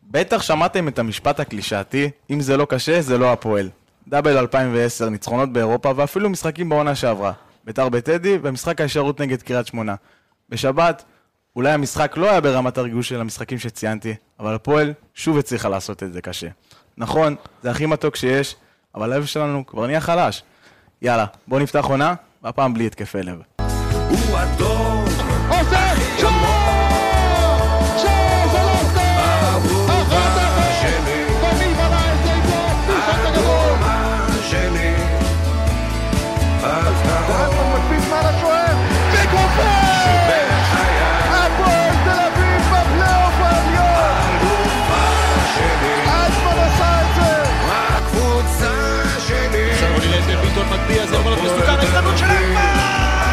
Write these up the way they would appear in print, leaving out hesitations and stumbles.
בטח שמעתם את המשפט הקלישאתי, אם זה לא קשה, זה לא הפועל. דאבל 2010, ניצחונות באירופה ואפילו משחקים בעונה שעברה. בית"ר בטדי ומשחק הישרות נגד קריית שמונה. בשבת, אולי המשחק לא היה ברמת הריגוש של המשחקים שציינתי, אבל הפועל שוב הצליחה לעשות את זה קשה. נכון, זה הכי מתוק שיש, אבל הלב שלנו כבר נהיה חלש. יאללה, בוא נפתח עונה, והפעם בלי התקפי לב. הוא אדום, עושה שור! שור שלוש אהובה שלי, ומי בנה את זה איתו? פושט הגדול! אהובה שלי, דרסון מקפיץ מעל השוער וכופר! בחיי, הפועל תל אביב בפלייאוף העליון! אהובה שלי, אייסמן עשה את זה! הקבוצה שלי, עכשיו נראה את ביטון מגביה, זה יכול להיות מסוכן, ההזדמנות של אייסמן!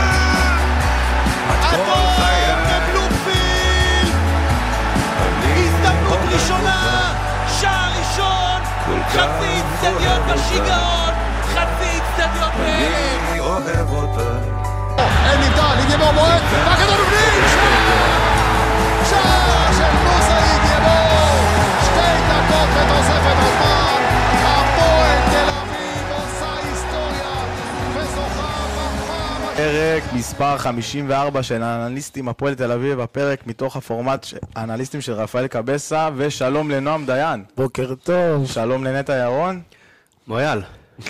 אדום בבלומפילד! הזדמנות ראשונה, שער ראשון, חצי אצטדיון בשיגעון, חצי אצטדיון בהלם. אני אוהב אותה. אין נבדל, ידיבור מועד, והכדור בפנים! שער של מוסאי ידיבור! 2 דקות ותוספת הזמן, הפועל תל אביב עושה היסטוריה וזוכה בפעם פרק מספר 54 של האנליסטים הפועל תל אביב, הפרק מתוך הפורמט האנליסטים של רפאל קבסה, ושלום לנועם דיין. בוקר טוב. שלום לנטע ירון. מויאל.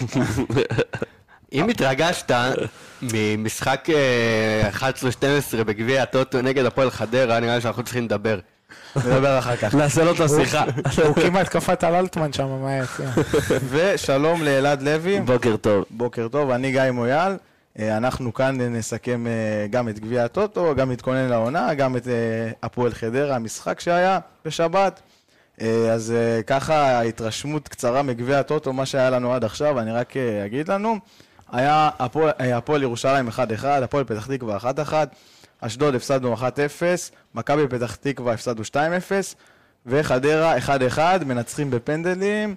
אם התרגשת ממשחק 11-12 בגביע הטוטו נגד הפועל חדרה, נראה לי שאנחנו צריכים לדבר. נדבר אחר כך. נעשה לו את השיחה. הוא כמעט קפט על אלטמן שם מהיציע. ושלום לאלעד לוי. בוקר טוב. בוקר טוב, אני גיא מויאל. אנחנו כאן נסכם גם את גביע הטוטו, גם נתכונן לעונה, גם את הפועל חדרה, המשחק שהיה בשבת. אז ככה התרשמות קצרה מגביע הטוטו, מה שהיה לנו עד עכשיו, אני רק אגיד לנו. היה הפועל ירושלים 1-1, הפועל פתח תקווה 1-1, אשדוד הפסדנו 1-0, מכבי פתח תקווה הפסדנו 2-0, וחדרה 1-1, מנצחים בפנדלים.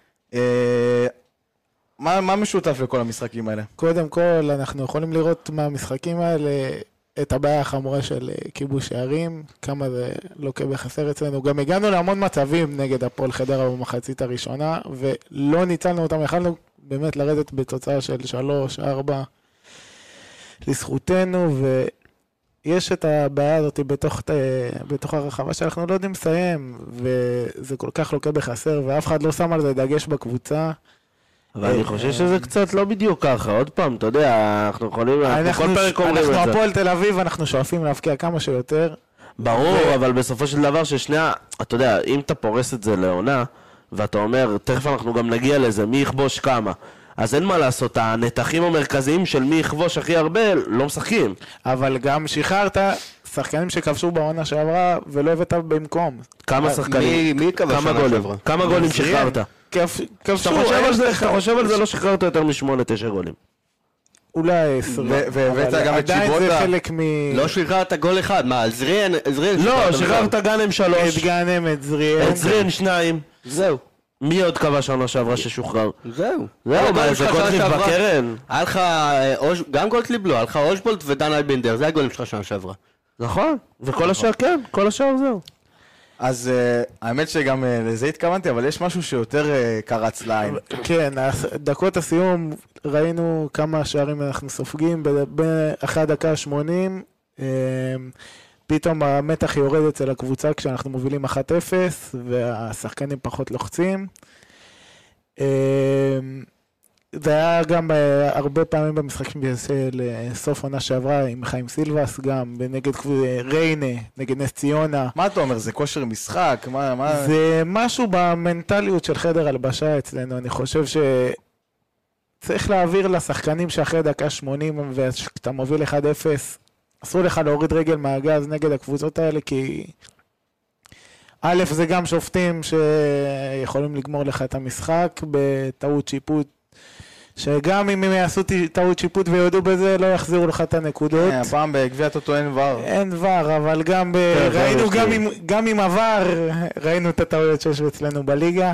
מה משותף לכל המשחקים האלה? קודם כל, אנחנו יכולים לראות מהמשחקים האלה את הבעיה החמורה של כיבוש שערים, כמה זה לוקה בחסר אצלנו. גם הגענו להמון מצבים נגד הפועל חדרה במחצית הראשונה, ולא ניצלנו אותם, יכלנו באמת לרדת בתוצאה של 3-4 לזכותנו, ויש את הבעיה הזאת בתוך הרחבה שאנחנו לא יודעים לסיים, וזה כל כך לוקה בחסר, ואף אחד לא שם על זה דגש בקבוצה. אבל אני חושב שזה קצת לא בדיוק ככה. עוד פעם, אתה יודע, אנחנו יכולים... אנחנו כל פרק אומרים את זה. אנחנו הפועל תל אביב, אנחנו שואפים להבקיע כמה שיותר. ברור, אבל בסופו של דבר ששנייה, אתה יודע, אם אתה פורס את זה לעונה, ואתה אומר, תכף אנחנו גם נגיע לזה, מי יכבוש כמה. אז אין מה לעשות, הנתחים המרכזיים של מי יכבוש הכי הרבה לא משחקים. אבל גם שחררת שחקנים שכבשו בעונה שעברה ולא הבאת במקום. כמה שחקנים? מי כבש שנה שעברה? כמה גולים שחררת? כבשו, אתה חושב על זה לא שחררת יותר מ8-9 גולים. אולי 10. והבאת גם את עדיין זה שיבוטה. חלק לא שחררת גול אחד, מה, על זריאן? לא, שחררת גאנם 3, את גאנם, את זריאן. את זריאן 2. זהו. מי עוד קבע שנה שעברה ששוחרר? זהו. זהו, מה, זה גולדליב בקרן? היה לך, גם גולדליב לא, היה לך אושבולט ודן אלבינדר, זה הגולים שלך שנה שעברה. נכון, וכל השאר כן, כל השאר זהו. אז האמת שגם לזה התכוונתי, אבל יש משהו שיותר קרץ לעין. כן, דקות הסיום ראינו כמה שערים אנחנו סופגים, אחרי הדקה ה-80, פתאום המתח יורד אצל הקבוצה כשאנחנו מובילים 1-0, והשחקנים פחות לוחצים. זה היה גם הרבה פעמים במשחקים של סוף עונה שעברה עם חיים סילבס, גם נגד ריינה, נגד נס ציונה. מה אתה אומר? זה כושר משחק? זה משהו במנטליות של חדר הלבשה אצלנו. אני חושב שצריך להעביר לשחקנים שאחרי דקה 80 וכשאתה מוביל 1-0, אסור לך להוריד רגל מהגז נגד הקבוצות האלה, כי א' זה גם שופטים שיכולים לגמור לך את המשחק בטעות שיפוט, שגם אם הם יעשו טעות שיפוט ויודעו בזה, לא יחזירו לך את הנקודות. הפעם בגביע הטוטו אין ור. אין ור, אבל גם ראינו גם עם עבר, ראינו את הטעויות שיש אצלנו בליגה,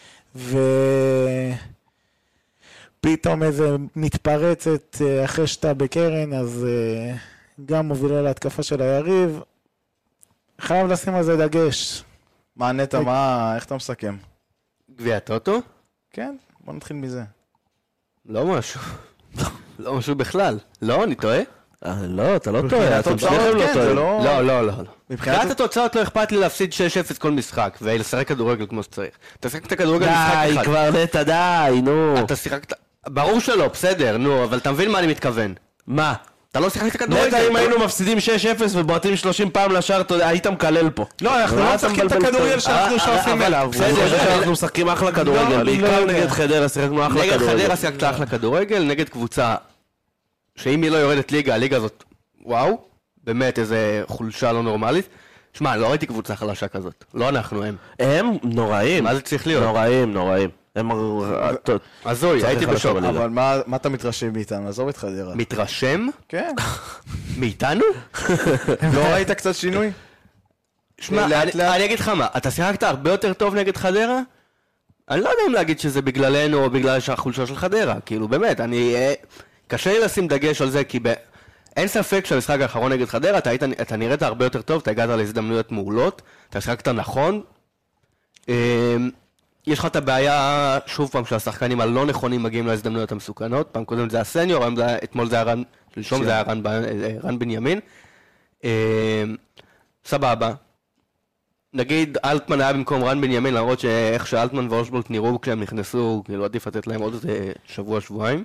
ופתאום איזה מתפרצת אחרי שאתה בקרן, אז גם מובילה להתקפה של היריב. חייב לשים על זה דגש. מה נטע, איך אתה מסכם? גביע הטוטו? כן, בוא נתחיל מזה. לא משהו. לא משהו בכלל. לא, אני טועה? לא, אתה לא טועה, אתה התוצאות, בכלל לא כן, טועה. זה לא... לא. מבחינת מבחינת התוצאות לא אכפת לי להפסיד 6-0 כל משחק, ולשחק כדורגל כמו שצריך. אתה שיחקת כדורגל משחק די, אחד. כבר נטע, די, נו. אתה שיחקת... ברור שלא, בסדר, נו, אבל אתה מבין מה אני מתכוון. מה? אתה לא שיחקת כדורגל. נטע, אם היינו מפסידים 6-0 ובועטים 30 פעם לשער, היית מקלל פה. לא, אנחנו לא משחקים את הכדורגל שאנחנו שואפים אליו. אני חושב שאנחנו משחקים אחלה כדורגל, בעיקר נגד חדרה שיחקנו אחלה נגד כדורגל. חדרה שיחקת אחלה כדורגל, נגד קבוצה שאם היא לא יורדת ליגה, הליגה הזאת, וואו, באמת איזה חולשה לא נורמלית. שמע, לא ראיתי קבוצה חלשה כזאת. לא אנחנו, הם. הם נוראים. מה זה צריך להיות? נוראים. הם... הזוי, הייתי בשוק. אבל מה אתה מתרשם מאיתנו? עזוב את חדרה. מתרשם? כן. מאיתנו? לא ראית קצת שינוי? שמע, לאט לאט. אני אגיד לך מה, אתה שיחקת הרבה יותר טוב נגד חדרה? אני לא יודע אם להגיד שזה בגללנו או בגלל החולשה של חדרה. כאילו, באמת, קשה לי לשים דגש על זה, כי אין ספק שהמשחק האחרון נגד חדרה, אתה נראית הרבה יותר טוב, אתה הגעת להזדמנויות מעולות, אתה שיחקת נכון. יש לך את הבעיה, שוב פעם, שהשחקנים הלא נכונים מגיעים להזדמנויות המסוכנות. פעם קודם זה היה סניור, אתמול זה היה שלשום זה היה רן בנימין. סבבה. נגיד אלטמן היה במקום רן בנימין, למרות שאיך שאלטמן ואושבולט נראו כשהם נכנסו, כאילו עדיף לתת להם עוד שבוע-שבועיים.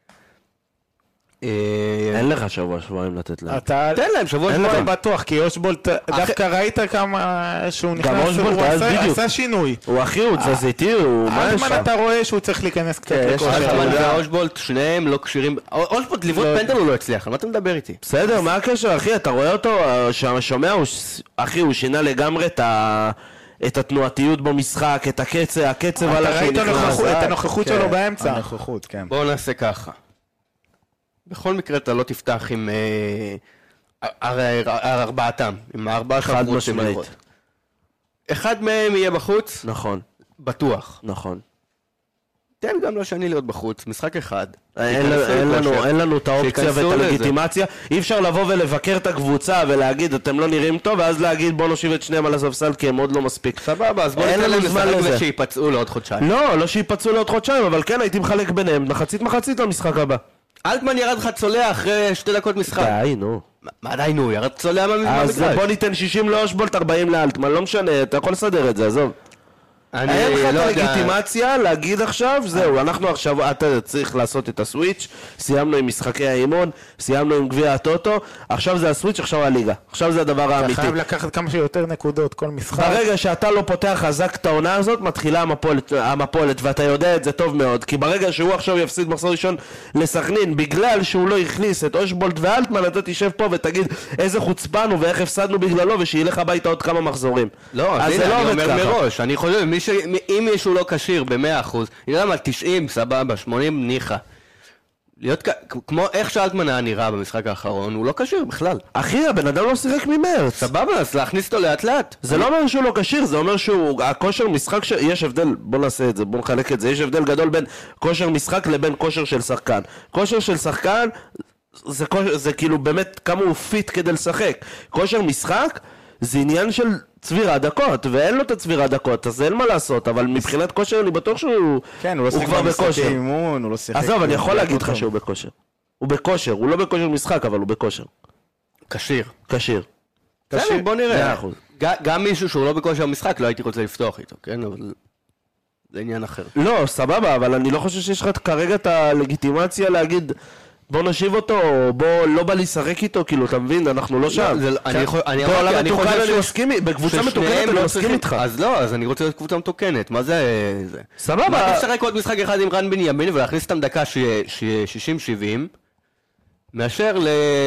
אין לך שבוע-שבועיים לתת להם. אתה... תן להם שבוע-שבועיים. אני בטוח, כי אושבולט, דווקא ראית כמה שהוא נכנס, אושבולט הוא אז בדיוק. עשה שינוי. הוא אחי, הוא תזז איתי, הוא... מה יש אלטמן שם? אתה רואה שהוא צריך להיכנס קצת כן, יש לך לכושר. אלטמן יודע. ואושבולט, שניהם לא קשירים. אושבולט לבעוט פנדל הוא לא הצליח, על מה אתה מדבר איתי? בסדר, מה הקשר, אחי? אתה רואה אותו, שומע, אחי, הוא שינה לגמרי את התנועתיות במשחק, את הקצב אתה עלה שהוא ראית נכנס. את הנוכחות שלו באמצע. הנוכחות, כן. בואו נעשה ככה. בכל מקרה אתה לא תפתח עם ארבעתם, עם הארבעה חד שאנחנו רוצים משמעית. לראות. אחד מהם יהיה בחוץ, נכון, בטוח. נכון. תן גם לשני להיות בחוץ, משחק אחד. אין לנו את האופציה שיכנסו ואת לזה. הלגיטימציה. אי אפשר לבוא ולבקר את הקבוצה ולהגיד אתם לא נראים טוב, ואז להגיד בוא נושיב את שניהם על הספסל כי הם עוד לא מספיק. סבבה, אז בוא אין ניתן לנו להם זמן לשחק לזה. ושיפצעו לעוד חודשיים. לא שיפצעו לעוד חודשיים, אבל כן הייתי מחלק ביניהם מחצית למשחק הבא. אלטמן ירד לך צולע אחרי 2 דקות משחק. די, נו. מה די נו, ירד צולע אז מהמגרש. בוא ניתן 60 לאושבולט, 40 לאלטמן, לא משנה, אתה יכול לסדר את זה, עזוב. אין לך את הלגיטימציה להגיד עכשיו, זהו, אנחנו עכשיו, אתה צריך לעשות את הסוויץ', סיימנו עם משחקי האימון, סיימנו עם גביע הטוטו, עכשיו זה הסוויץ', עכשיו הליגה, עכשיו זה הדבר אתה האמיתי. חייב לקחת כמה שיותר נקודות כל משחק. ברגע שאתה לא פותח חזק את העונה הזאת, מתחילה המפולת, ואתה יודע את זה טוב מאוד, כי ברגע שהוא עכשיו יפסיד מחזור ראשון לסכנין, בגלל שהוא לא הכניס את אושבולט ואלטמן, אתה תשב פה ותגיד איזה חוצפן הוא ואיך הפסדנו בגללו, ושילך הביתה עוד כמה מחזורים. לא, אז הנה, אני אומר מראש, אני חושב, אם מישהו לא כשיר ב-100%, אני יודע מה, 90, סבבה, 80, ניחה. להיות כמו איך שאלטמן היה נראה במשחק האחרון, הוא לא כשיר בכלל. אחי, הבן אדם לא שיחק ממרץ. סבבה, אז להכניס אותו לאט לאט. זה לא אומר שהוא לא כשיר, זה אומר שהוא, הכושר משחק, יש הבדל, בוא נעשה את זה, בוא נחלק את זה, יש הבדל גדול בין כושר משחק לבין כושר של שחקן. כושר של שחקן, זה כאילו באמת כמה הוא פיט כדי לשחק. כושר משחק, זה עניין של צבירה דקות, ואין לו את הצבירה דקות, אז אין מה לעשות, אבל מבחינת כושר אני בטוח שהוא כן, הוא לא שיחק כבר במשחקי בכושר. אימון, הוא לא שיחק... עזוב, אני יכול להגיד לך טוב. שהוא בכושר. הוא בכושר, הוא לא בכושר משחק, אבל הוא בכושר. כשיר. כשיר. בסדר, בוא נראה. 100%. גם מישהו שהוא לא בכושר משחק, לא הייתי רוצה לפתוח איתו, כן? אבל זה עניין אחר. לא, סבבה, אבל אני לא חושב שיש לך כרגע את הלגיטימציה להגיד בוא נשיב אותו, או בוא לא בא לשחק איתו, כאילו, אתה מבין? אנחנו לא שם. בעולם מתוקן אני מסכים, בקבוצה מתוקנת אני מסכים איתך. אז לא, אז אני רוצה להיות קבוצה מתוקנת, מה זה? סבבה. מה אתה לשחק עוד משחק אחד עם רן בנימין ולהכניס אותם דקה 60-70, מאשר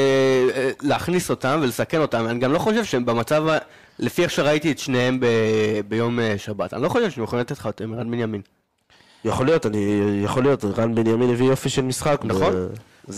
להכניס אותם ולסכן אותם. אני גם לא חושב שהם במצב, לפי איך שראיתי את שניהם ביום שבת, אני לא חושב שהם יכולים לתת לך אותם עם רן בנימין. יכול להיות, רן בנימין הביא יופי של משחק. נכון.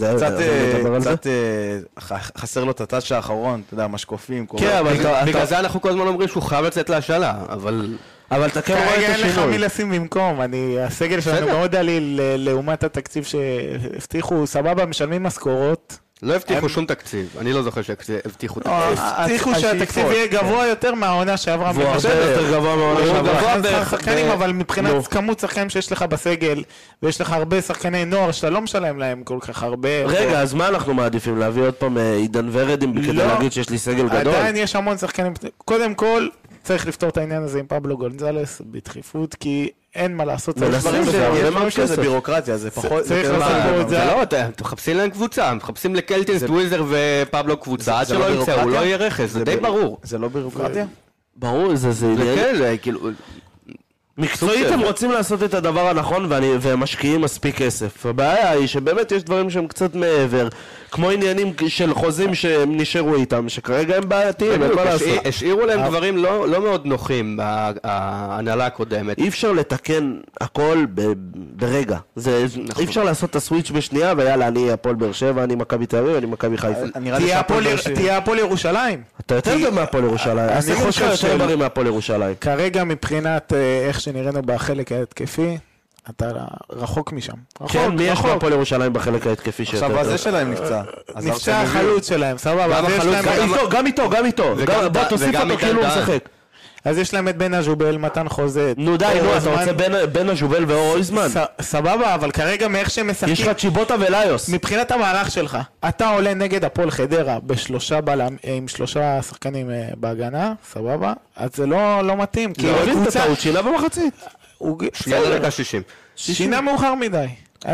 קצת חסר לו את הטאץ' האחרון, אתה יודע, משקופים. כן, אבל בגלל זה אנחנו כל הזמן אומרים שהוא חייב לצאת להשאלה, אבל אתה כן רואה כרגע את אין לך השינוי. מי לשים במקום, הסגל שלנו מאוד דליל לעומת התקציב שהבטיחו, סבבה, משלמים משכורות. לא הבטיחו שום תקציב, אני לא זוכר שהבטיחו תקציב. הבטיחו שהתקציב יהיה גבוה יותר מהעונה שעברה. והוא הרבה יותר גבוה מהעונה שעברה. שחקנים, אבל מבחינת כמות שחקנים שיש לך בסגל, ויש לך הרבה שחקני נוער שאתה לא משלם להם כל כך הרבה. רגע, אז מה אנחנו מעדיפים? להביא עוד פעם עידן ורדים כדי להגיד שיש לי סגל גדול? עדיין יש המון שחקנים. קודם כל, צריך לפתור את העניין הזה עם פבלו גונזלס בדחיפות, כי אין מה לעשות. יש דברים שזה בירוקרטיה, זה פחות... צריך לעשות פה את זה. לא, אתם מחפשים להם קבוצה, מחפשים לקלטינס, טוויזר ופבלו קבוצה, עד שלא ימצאו, הוא לא יהיה רכס, זה די ברור. זה לא בירוקרטיה? ברור, זה כן, זה כאילו... מקצועית הם רוצים לעשות את הדבר הנכון והם משקיעים מספיק כסף. הבעיה היא שבאמת יש דברים שהם קצת מעבר, כמו עניינים של חוזים שהם נשארו איתם, שכרגע הם בעייתיים, אין מה לעשות. השאירו להם דברים לא מאוד נוחים בהנהלה הקודמת. אי אפשר לתקן הכל ברגע. אי אפשר לעשות את הסוויץ' בשנייה, ויאללה, אני הפועל באר שבע, אני מכבי תל אביב, אני מכבי חיפה. תהיה הפועל ירושלים. אתה יותר טוב מהפועל ירושלים. אני חושב יותר בריא מהפועל ירושלים. כרגע מבחינת איך שנראינו בחלק ההתקפי, אתה רחוק משם. כן, מי יש מהפועל ירושלים בחלק ההתקפי שיותר? עכשיו, הזה שלהם נפצע. נפצע החלוץ שלהם, סבבה. גם איתו. בוא תוסיף אותו כאילו הוא משחק. אז יש להם את בן הז'ובל, מתן חוזה. נו די, אתה רוצה בין הז'ובל ואור אויזמן? סבבה, אבל כרגע מאיך שהם משחקים... יש לך צ'יבוטה וליוס. מבחינת המהלך שלך, אתה עולה נגד הפועל חדרה עם 3 שחקנים בהגנה, סבבה? אז זה לא מתאים. לא הבין את הטעות, שינה במחצית. שנייה לדקה 60. שינה מאוחר מדי.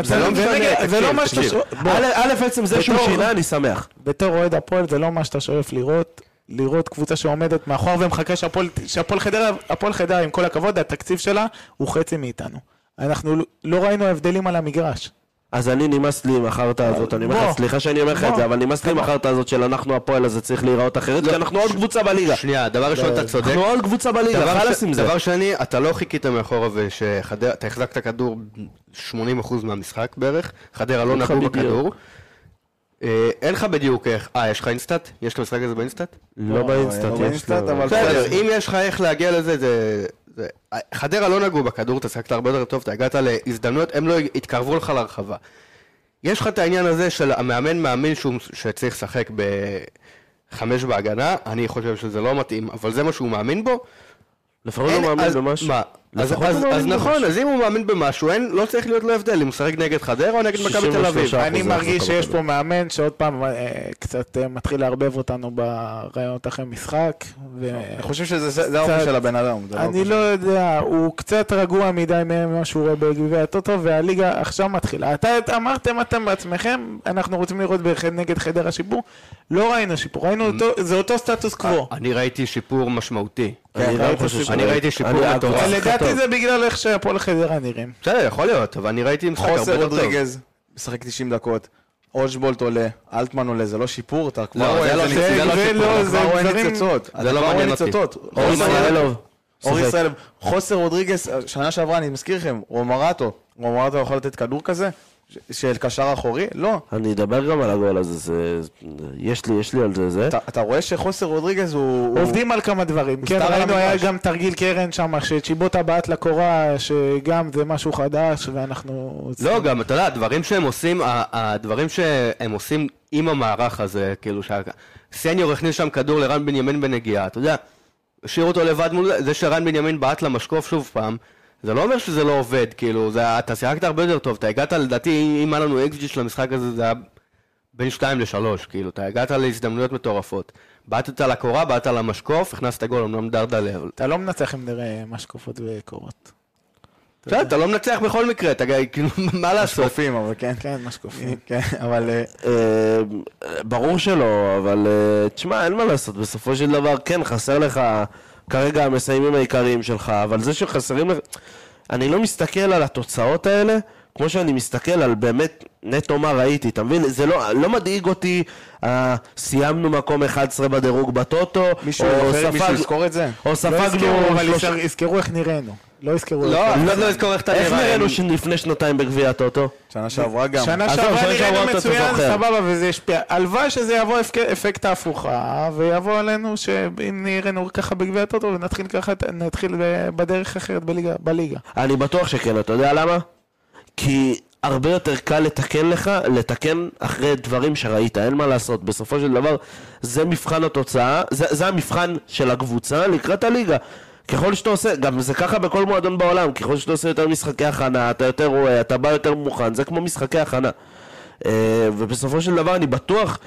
זה לא מה שאתה שואף. א' עצם זה שהוא שינה, אני שמח. בתור אוהד הפועל זה לא מה שאתה שואף לראות קבוצה שעומדת מאחור ומחכה שהפועל חדרה, עם כל הכבוד, התקציב שלה הוא חצי מאיתנו. אנחנו לא ראינו הבדלים על המגרש. אז אני נמאס לי עם החרטה הזאת, אני אומר לך, סליחה שאני אומר לך את זה, אבל נמאס לי עם החרטה הזאת של אנחנו הפועל הזה צריך להיראות אחרת, כי אנחנו עוד קבוצה בליגה. שנייה, דבר ראשון אתה צודק. אנחנו עוד קבוצה בליגה, חלס עם זה. דבר שני, אתה לא חיכית מאחורה אתה החזקת כדור 80% מהמשחק בערך, חדרה לא נגעו בכדור. אין לך בדיוק איך, יש לך אינסטאט? יש לך משחק הזה באינסטאט? לא באינסטאט, אבל... אם יש לך איך להגיע לזה, חדרה לא נגעו בכדור, אתה שחקת הרבה יותר טוב, אתה הגעת להזדמנויות, הם לא התקרבו לך לרחבה. יש לך את העניין הזה של המאמן מאמין שצריך לשחק ב5 בהגנה, אני חושב שזה לא מתאים, אבל זה מה שהוא מאמין בו. לפחות הוא מאמין במשהו. אז נכון, אז אם הוא מאמין במשהו, לא צריך להיות לו הבדל, אם הוא משחק נגד חדרה או נגד מכבי תל אביב. אני מרגיש שיש פה מאמן שעוד פעם קצת מתחיל לערבב אותנו ברעיונות אחרי משחק. אני חושב שזה האופי של הבן אדם. אני לא יודע, הוא קצת רגוע מדי ממה שהוא רואה בגביע הטוטו, והליגה עכשיו מתחילה. אמרתם אתם בעצמכם, אנחנו רוצים לראות נגד חדרה שיפור. לא ראינו שיפור, ראינו זה אותו סטטוס קוו. אני ראיתי שיפור משמעותי. אני ראיתי שיפור מטורף. לדעתי זה בגלל איך שהפועל חדרה נראים. בסדר, יכול להיות, אבל אני ראיתי משחק הרבה חוסר יותר טוב. רודריגז, משחק 90 דקות, אולשבולט עולה, אלטמן עולה, זה לא שיפור, אתה כבר לא, זה לא ניצוצות. זה לא מעניין אותי. אור ישראלוב, חוסר רודריגז, שנה שעברה אני מזכיר לכם, רומרטו יכול לתת כדור כזה? של קשר אחורי? לא. אני אדבר גם על הגול הזה, יש לי על זה. אתה רואה שחוסר רודריגז הוא... עובדים על כמה דברים. כן, ראינו היה גם תרגיל קרן שם, שצ'יבוטה בעט לקורה, שגם זה משהו חדש, ואנחנו... לא, גם, אתה יודע, הדברים שהם עושים עם המערך הזה, כאילו סניור הכניס שם כדור לרן בנימין בנגיעה, אתה יודע, השאיר אותו לבד מול זה שרן בנימין בעט למשקוף שוב פעם, זה לא אומר שזה לא עובד, כאילו, אתה שיחקת הרבה יותר טוב, אתה הגעת, לדעתי, אם היה לנו XG של המשחק הזה, זה היה בין 2 ל-3, כאילו, אתה הגעת להזדמנויות מטורפות. בעטת לקורה, בעטת למשקוף, הכנסת גול, אמנם דרדה לב. אתה לא מנצח אם נראה משקופות וקורות. אתה לא מנצח בכל מקרה, אתה כאילו, מה לעשות? משקופים, אבל כן. כן, משקופים. כן, אבל... ברור שלא, אבל תשמע, אין מה לעשות, בסופו של דבר, כן, חסר לך... כרגע המסיימים העיקריים שלך, אבל זה שחסרים לך... אני לא מסתכל על התוצאות האלה, כמו שאני מסתכל על באמת נטו מה ראיתי, אתה מבין? זה לא מדאיג אותי, סיימנו מקום 11 בדירוג בטוטו, מישהו יזכור את זה? או ספגנו... אבל יזכרו איך נראינו. לא יזכרו לא יזכור איך אתה נראה. איך נראינו לפני שנתיים בגביע הטוטו? שנה שעברה גם. שנה שעברה נראינו מצוין, סבבה, וזה ישפיע. הלוואי שזה יבוא אפקט ההפוכה, ויבוא עלינו שאם נראינו ככה בגביע הטוטו, ונתחיל בדרך אחרת בליגה. אני בטוח שכן, אתה יודע למה? כי הרבה יותר קל לתקן אחרי דברים שראית, אין מה לעשות, בסופו של דבר זה מבחן התוצאה, זה המבחן של הקבוצה לקראת הליגה. ככל שאתה עושה, גם זה ככה בכל מועדון בעולם, ככל שאתה עושה יותר משחקי הכנה, אתה יותר רואה, אתה בא יותר מוכן, זה כמו משחקי הכנה. ובסופו של דבר אני בטוח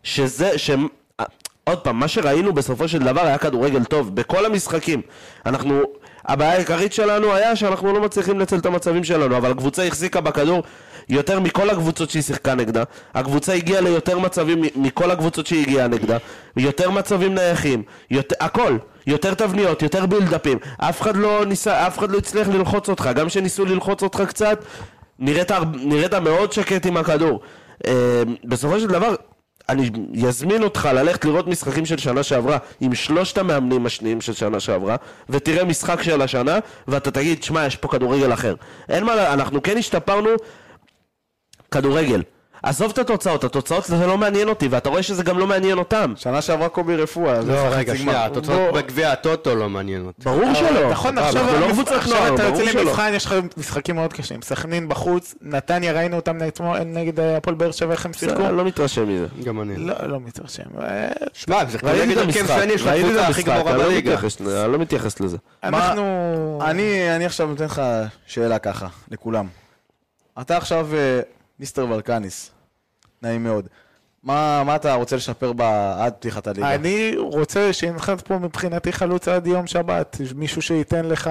עוד פעם, מה שראינו בסופו של דבר היה כדורגל טוב, בכל המשחקים. הבעיה העיקרית שלנו היה שאנחנו לא מצליחים לנצל את המצבים שלנו, אבל הקבוצה החזיקה בכדור יותר מכל הקבוצות שהיא שיחקה נגדה, הקבוצה הגיעה ליותר מצבים מכל הקבוצות שהיא הגיעה נגדה, יותר מצבים נייחים, הכל, יותר תבניות, יותר בילדאפים, אף אחד לא הצליח ללחוץ אותך, גם שניסו ללחוץ אותך קצת, נראית מאוד שקט עם הכדור. בסופו של דבר, אני יזמין אותך ללכת לראות משחקים של שנה שעברה עם 3 המאמנים השניים של שנה שעברה, ותראה משחק של השנה ואתה תגיד, שמע, יש פה כדורגל אחר. אין מה, אנחנו כן השתפרנו כדורגל. עזוב את התוצאות זה לא מעניין אותי, ואתה רואה שזה גם לא מעניין אותם. שנה שעברה קובי רפואה. לא, רגע, שנייה, התוצאות בגביע הטוטו לא מעניין אותי. ברור שלא. נכון, עכשיו אתה יוצא למבחן, יש לך משחקים מאוד קשים. סכנין בחוץ, נתניה, ראינו אותם נגד הפועל באר שבע, איך הם שיחקו. לא מתרשם מזה. גם אני. לא מתרשם. שמע, זה כבר נגד הרכב שני, יש לך קבוצה הכי גמורה בליגה. אני לא מתייחס לזה. אני עכשיו נותן לך שאלה ככה, לכולם. אתה עכשיו מיסטר ולקניס. נעים מאוד. מה אתה רוצה לשפר עד פתיחת הליגה? אני רוצה שינחת פה מבחינתי חלוץ עד יום שבת. מישהו שייתן לך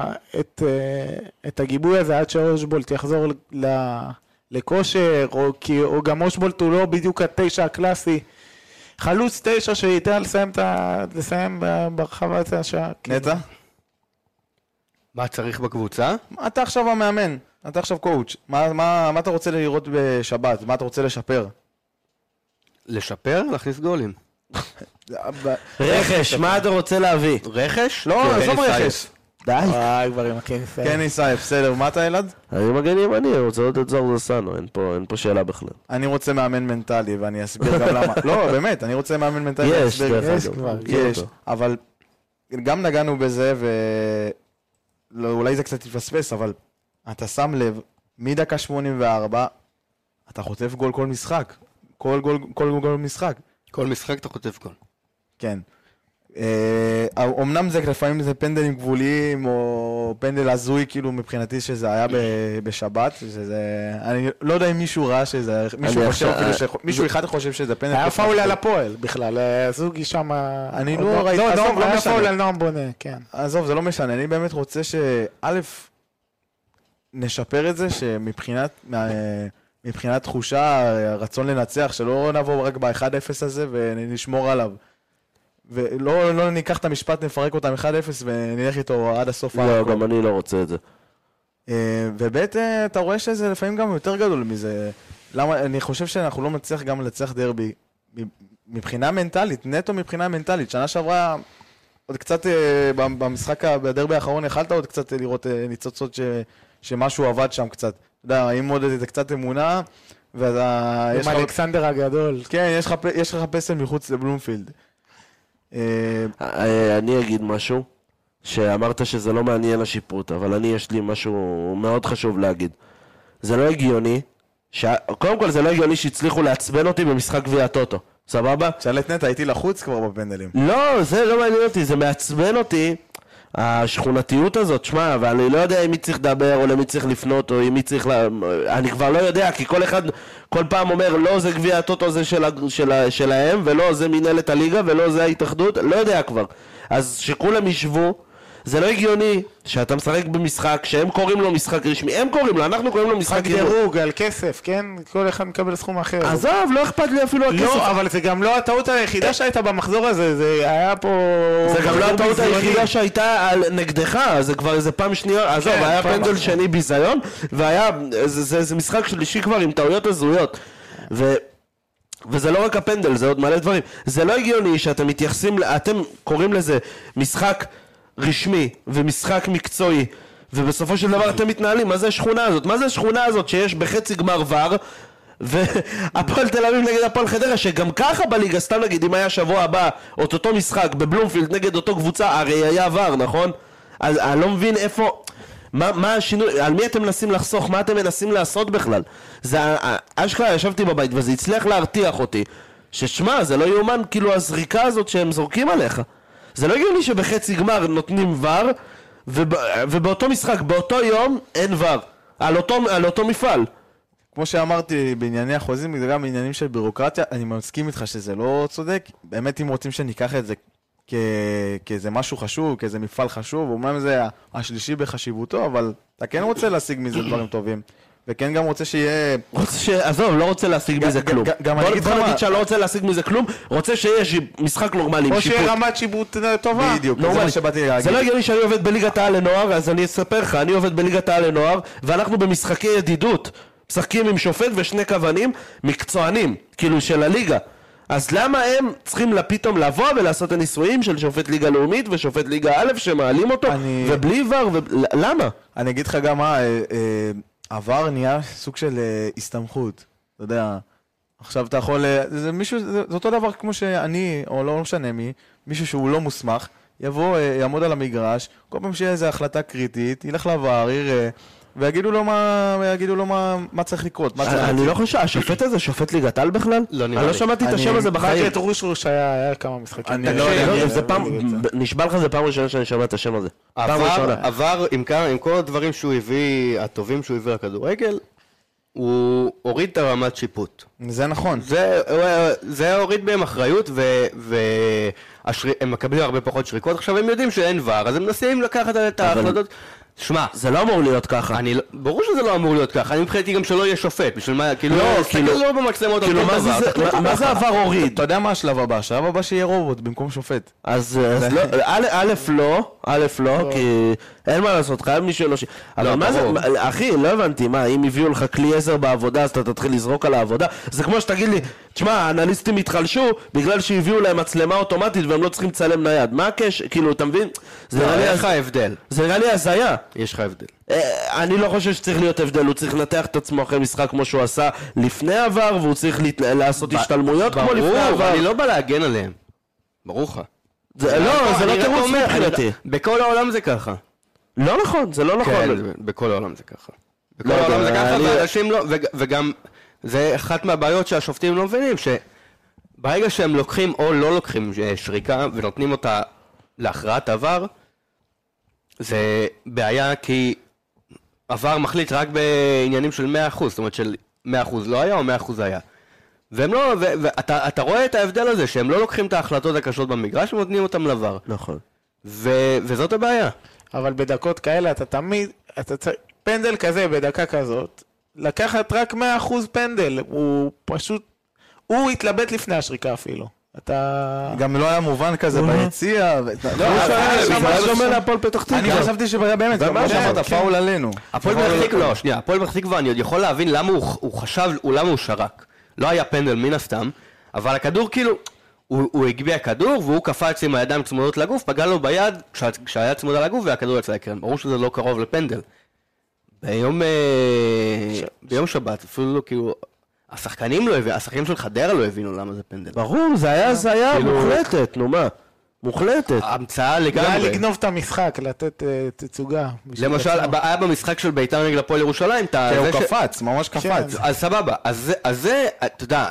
את הגיבוי הזה עד שאושבולט יחזור לכושר, או גם אושבולט הוא לא בדיוק ה9 הקלאסי. חלוץ 9 שייתן לסיים ברחבה הזה השעה. נטע? מה צריך בקבוצה? אתה עכשיו המאמן. אתה עכשיו קואוץ', מה אתה רוצה לראות בשבת? מה אתה רוצה לשפר? לשפר? להכניס גולים. רכש, מה אתה רוצה להביא? רכש? לא, עזוב רכש. די. כבר עם הקניס. קני סייף, בסדר, מה אתה ילד? אני מגן ימני, אני רוצה לראות את זור זסנו, אין פה שאלה בכלל. אני רוצה מאמן מנטלי ואני אסביר גם למה. לא, באמת, אני רוצה מאמן מנטלי. יש, יש, אבל גם נגענו בזה ואולי זה קצת יפספס, אבל אתה שם לב, מדקה 84, אתה חוטף גול כל משחק. כל גול משחק. כל משחק אתה חוטף גול. כן. אמנם זה לפעמים זה פנדלים גבוליים, או פנדל הזוי, כאילו מבחינתי שזה היה בשבת, אני לא יודע אם מישהו ראה שזה, מישהו אחד חושב שזה פנדל. היה פאול על הפועל בכלל, זוגי שם, אני לא ראיתי, עזוב, לא היה משנה. פאול על נועם בונה, כן. עזוב, זה לא משנה, אני באמת רוצה שא' נשפר את זה, שמבחינת תחושה, רצון לנצח, שלא נבוא רק ב-1-0 הזה ונשמור עליו. ולא ניקח את המשפט, נפרק אותם 1-0 ונלך איתו עד הסוף. לא, גם אני לא רוצה את זה. ובית, אתה רואה שזה לפעמים גם יותר גדול מזה. למה? אני חושב שאנחנו לא מצליח גם לנצח דרבי מבחינה מנטלית, נטו מבחינה מנטלית. שנה שעברה, עוד קצת במשחק, בדרבי האחרון, יכלת עוד קצת לראות ניצוצות שמשהו עבד שם קצת. אתה יודע, אם עוד איזה קצת אמונה, ואתה... עם אלכסנדר הגדול. כן, יש לך פסל מחוץ לבלומפילד. אני אגיד משהו, שאמרת שזה לא מעניין השיפוט, אבל יש לי משהו מאוד חשוב להגיד. זה לא הגיוני, קודם כל זה לא הגיוני שהצליחו לעצבן אותי במשחק גביע הטוטו, סבבה? שאל את נטע, הייתי לחוץ כבר בפנדלים. לא, זה לא מעניין אותי, זה מעצבן אותי, השכונתיות הזאת, שמה, ואני לא יודע אם מי צריך לדבר או למי צריך לפנות או אם מי צריך אני כבר לא יודע, כי כל אחד כל פעם אומר לא זה גביע הטוטו זה שלהם ולא זה מנהלת הליגה ולא זה ההתאחדות, לא יודע כבר. אז שכולם ישבו, זה לא הגיוני שאתה משחק במשחק שהם קוראים לו משחק רשמי, הם קוראים לו, אנחנו קוראים לו משחק דירוג על כסף, כן? כל אחד מקבל סכום אחר. עזוב, לא אכפת לי אפילו הכסף. לא, אבל זה גם לא הטעות היחידה שהייתה במחזור הזה, זה היה פה... זה גם לא הטעות היחידה שהייתה נגדך, זה כבר איזה פעם שנייה, עזוב, היה פנדל שני ביזיון, והיה, זה משחק שלישי כבר עם טעויות הזויות. וזה לא רק הפנדל, זה עוד מלא דברים. זה לא הגיוני שאתם מתייחסים, אתם קוראים לזה משחק רשמי ומשחק מקצועי, ובסופו של דבר אתם מתנהלים. מה זה השכונה הזאת? מה זה השכונה הזאת שיש בחצי גמר ור, והפועל תל אביב נגד הפועל חדרה, שגם ככה בליגה, סתם נגיד, אם היה שבוע הבא אותו משחק בבלומפילד נגד אותו קבוצה, הרי היה ור, נכון? אז אני לא מבין איפה... מה השינוי, על מי אתם מנסים לחסוך, מה אתם מנסים לעשות בכלל? זה, אשכרה ישבתי בבית וזה הצליח להרתיח אותי, ששמע, זה לא יאומן, כאילו הזריקה הזאת שהם זורקים עליך. זה לא הגיוני שבחצי גמר נותנים ור, ובאותו משחק, באותו יום, אין ור. על אותו מפעל. כמו שאמרתי, בענייני החוזים, זה גם בעניינים של בירוקרטיה, אני מסכים איתך שזה לא צודק. באמת אם רוצים שניקח את זה כאיזה משהו חשוב, כאיזה מפעל חשוב, אומנם זה השלישי בחשיבותו, אבל אתה כן רוצה להשיג מזה דברים טובים. וכן גם רוצה שיהיה... עזוב, לא רוצה להשיג מזה כלום. בוא נגיד שאני לא רוצה להשיג מזה כלום, רוצה שיש משחק נורמלי. או שיהיה רמת שיבוט טובה. בדיוק, זה מה שבאתי להגיד. זה לא הגיוני שאני עובד בליגת העל לנוער, אז אני אספר לך, אני עובד בליגת העל לנוער, ואנחנו במשחקי ידידות, משחקים עם שופט ושני כוונים מקצוענים, כאילו של הליגה. אז למה הם צריכים פתאום לבוא ולעשות הניסויים של שופט ליגה לאומית ושופט ליגה א' שמעלים אותו, ובלי ור, למה? אני אגיד לך גם מה, עבר נהיה סוג של הסתמכות, אתה יודע, עכשיו אתה יכול, זה מישהו, זה אותו דבר כמו שאני, או לא משנה מי, מישהו שהוא לא מוסמך, יבוא, יעמוד על המגרש, כל פעם שיהיה איזו החלטה קריטית, ילך לעבר, יראה, ויגידו לו מה צריך לקרות. אני לא חושב, השופט הזה שופט ליגת העל בכלל? אני לא שמעתי את השם הזה בחיים. באתי את רוש היה כמה משחקים. אני לא יודע. נשבע לך זה פעם ראשונה שאני שומע את השם הזה. עבר עם כל הדברים שהוא הביא, הטובים שהוא הביא לכדורגל, הוא הוריד את הרמת שיפוט. זה נכון. זה הוריד בהם אחריות, והם מקבלים הרבה פחות שריקות. עכשיו הם יודעים שאין ור, אז הם מנסים לקחת את ההחלטות. שמע, זה לא אמור להיות ככה. ברור שזה לא אמור להיות ככה. אני מבחינתי גם שלא יהיה שופט. בשביל מה, כאילו, לא במצלמות על כל דבר. מה זה עבר הוריד? אתה יודע מה השלב הבא? השלב הבא שיהיה רובוט במקום שופט. אז א' לא, כי אין מה לעשות, חייב מישהו לא אבל מה זה, אחי, לא הבנתי, מה, אם הביאו לך כלי עזר בעבודה, אז אתה תתחיל לזרוק על העבודה? זה כמו שתגיד לי, תשמע, האנליסטים התחלשו בגלל שהביאו להם מצלמה אוטומטית והם לא צריכים לצלם נייד. מה הקשר? כאילו, אתה מבין? זה לך הבדל. זה נראה לי הזיה. יש לך הבדל. אני לא חושב שצריך להיות הבדל, הוא צריך לנתח את עצמו אחרי משחק כמו שהוא עשה לפני עבר, והוא צריך לעשות השתלמויות כמו לפני עבר. אני לא בא להגן עליהם. ברור לך. זה לא תירוץ מבחינתי. בכל העולם זה ככה. לא נכון, זה לא נכון. כן, בכל העולם זה ככה. בכל העולם זה ככה, ואנשים לא, וגם זה אחת מהבעיות שהשופטים לא מבינים, שברגע שהם לוקחים או לא לוקחים שריקה ונותנים אותה להכרעת עבר, זה בעיה כי עבר מחליט רק בעניינים של 100%, זאת אומרת של 100% לא היה או 100% היה. והם לא, ואתה רואה את ההבדל הזה, שהם לא לוקחים את ההחלטות הקשות במגרש ונותנים אותם לעבר. נכון. וזאת הבעיה. אבל בדקות כאלה אתה תמיד, פנדל כזה בדקה כזאת, לקחת רק 100% פנדל, הוא פשוט, הוא התלבט לפני השריקה אפילו. גם לא היה מובן כזה ביציע. אני חשבתי שבאמת, כמו שאמרת, פאול עלינו. הפועל פתח תקווה, אני עוד יכול להבין למה הוא חשב, למה הוא שרק. לא היה פנדל מן הסתם, אבל הכדור כאילו, הוא הגביע כדור והוא קפץ עם הידיים צמודות לגוף, פגע לו ביד כשהיה צמודה לגוף והכדור יצא לקרן. ברור שזה לא קרוב לפנדל. ביום שבת, אפילו לא כאילו... השחקנים של חדרה לא הבינו למה זה פנדל. ברור, זה היה מוחלטת, נו מה? מוחלטת. המצאה לגמרי. היה לגנוב את המשחק, לתת תצוגה. למשל, היה במשחק של בית"ר נגד הפועל ירושלים, הוא קפץ, ממש קפץ. אז סבבה, אז זה, אתה יודע,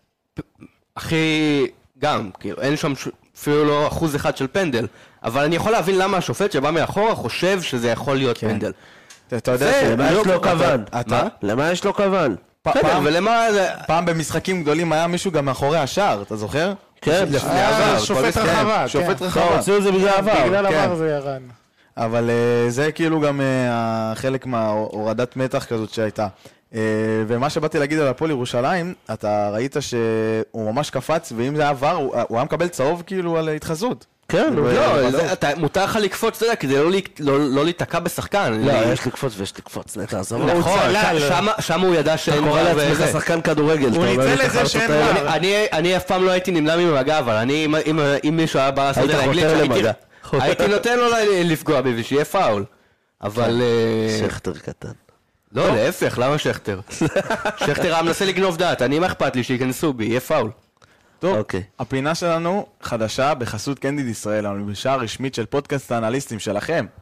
הכי גם, כאילו, אין שם אפילו לא 1% של פנדל, אבל אני יכול להבין למה השופט שבא מאחורה חושב שזה יכול להיות פנדל. אתה יודע למה יש לו כוון? למה יש לו כוון? פעם במשחקים גדולים היה מישהו גם מאחורי השער, אתה זוכר? כן, שופט רחבה. שופט רחבה. הוציאו זה בגלל עבר. בגלל עבר זה ירן. אבל זה כאילו גם חלק מההורדת מתח כזאת שהייתה. ומה שבאתי להגיד על הפועל ירושלים, אתה ראית שהוא ממש קפץ, ואם זה היה עבר, הוא היה מקבל צהוב כאילו על התחזות. כן, מותר לך לקפוץ, אתה יודע, כדי לא להיתקע בשחקן. לא, יש לקפוץ ויש לקפוץ, תעזוב. נכון, שם הוא ידע שאין אתה קורא לעצמך שחקן כדורגל. הוא ניצל לזה שאין דבר. אני אף פעם לא הייתי נמנע ממגע, אבל אם מישהו היה בא לעשות אנגלית, הייתי נותן לו לפגוע בי ושיהיה פאול. אבל... שכתר קטן. לא, להפך, למה שכתר? שכתר היה מנסה לגנוב דעת, אני מה אכפת לי שיכנסו בי, יהיה פאול. טוב, הפינה שלנו חדשה בחסות קנדיד ישראל, המלבישה הרשמית של פודקאסט האנליסטים שלכם.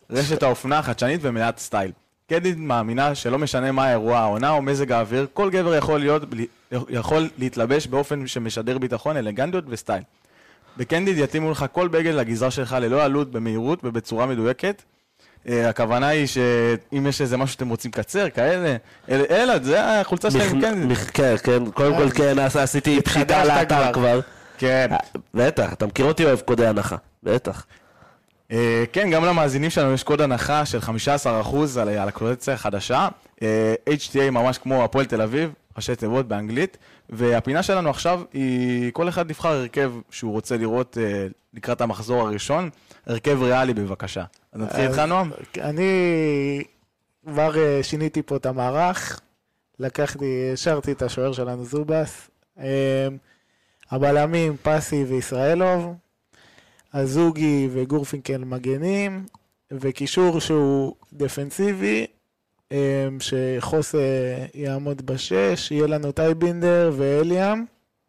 רשת האופנה חדשנית ומלאת סטייל. קנדיד מאמינה שלא משנה מה האירוע, העונה או מזג האוויר, כל גבר יכול להתלבש באופן שמשדר ביטחון, אלגנטיות וסטייל. בקנדיד יתאימו לך כל בגד לגזרה שלך ללא עלות, במהירות ובצורה מדויקת. הכוונה היא שאם יש איזה משהו שאתם רוצים קצר, כאלה, אלעד, זה החולצה שלהם בקנדיד. כן, קודם כל כן, עשיתי פשיטה על האתר כבר. כן. בטח, אתה מכיר אותי אוהב קודי הנחה, בטח. כן, גם למאזינים שלנו יש קוד הנחה של 15% על הקולקציה החדשה. HTA ממש כמו הפועל תל אביב, ראשי תיבות באנגלית. והפינה שלנו עכשיו היא, כל אחד נבחר הרכב שהוא רוצה לראות לקראת המחזור הראשון. הרכב ריאלי בבקשה. אז נתחיל איתך נועם? אני כבר שיניתי פה את המערך. השארתי את השוער שלנו זובס. הבלמים פסי וישראלוב. הזוגי וגורפינקל מגנים, וקישור שהוא דפנסיבי, שחוס יעמוד בשש, יהיה לנו טייבינדר ואליאם.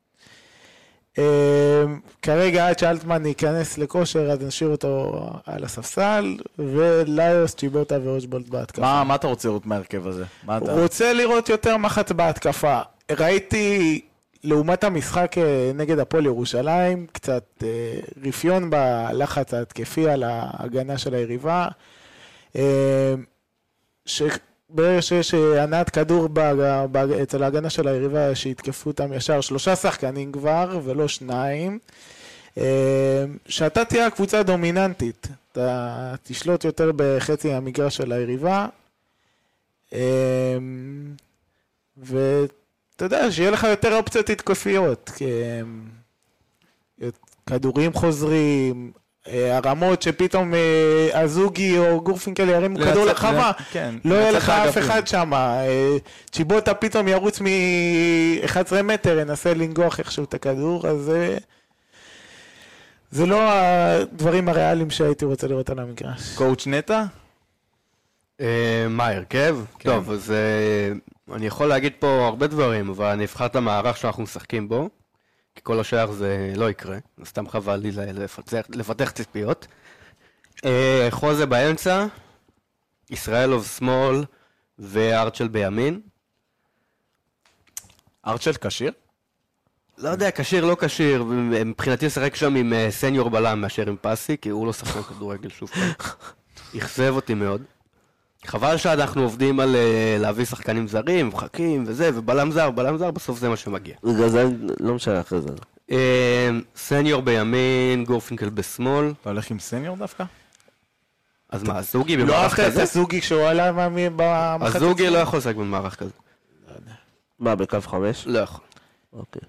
כרגע עד שאלטמן ייכנס לכושר, אז נשאיר אותו על הספסל, וליוס, צ'יבוטה ואושבולט בהתקפה. מה אתה רוצה לראות מהרכב הזה? רוצה לראות יותר מחץ בהתקפה. ראיתי לעומת המשחק נגד הפועל ירושלים, קצת רפיון בלחץ ההתקפי על ההגנה של היריבה, שברגע שיש הנעת כדור אצל ההגנה של היריבה, שהתקפו אותם ישר 3 שחקנים כבר ולא 2, שאתה תהיה הקבוצה דומיננטית, אתה תשלוט יותר בחצי המגרש של היריבה, אתה יודע, שיהיה לך יותר אופציות התקפיות, כדורים חוזרים, הרמות שפתאום הזוגי או גורפינקל ירים כדור לחווה, לא יהיה לך אף אחד שם, צ'יבוטה פתאום ירוץ מ-11 מטר, ינסה לנגוח איכשהו את הכדור, אז זה לא הדברים הריאליים שהייתי רוצה לראות על המגרש. קואוץ' נטע? מה הרכב? טוב, אז אני יכול להגיד פה הרבה דברים, אבל אני אבחר את המערך שאנחנו משחקים בו, כי כל השאר זה לא יקרה, סתם חבל לי לפתח ציפיות. חוזה באמצע, ישראלוב שמאל וארצ'ל בימין. ארצ'ל קשיר? לא יודע, קשיר, לא קשיר, מבחינתי לשחק שם עם סניור בלם מאשר עם פסי, כי הוא לא שחקן כדורגל שוב פעם. יחזב אותי מאוד. חבל שאנחנו עובדים על להביא שחקנים זרים, מחכים וזה, ובלם זר, בסוף זה מה שמגיע. זה לא משנה אחרי זה. סניור בימין, גורפינקל בשמאל. אתה הולך עם סניור דווקא? אז מה, הזוגי לא במערך אהבת את כזה? הזוגי כשהוא עלה במחצית? הזוגי לא יכול לשחק במערך כזה. מה, בקו 5? לא יכול. אוקיי.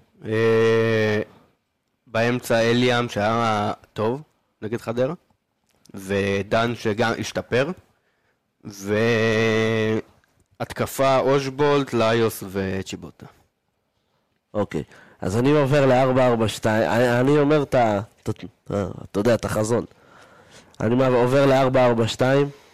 באמצע אליאם שהיה טוב נגד חדרה, ודן שגם השתפר, והתקפה אושבולט, ליוס וצ'יבוטה. אוקיי. אז אני עובר ל-4-4-2, אני אומר אתה יודע, את החזון. אני עובר ל-4-4-2,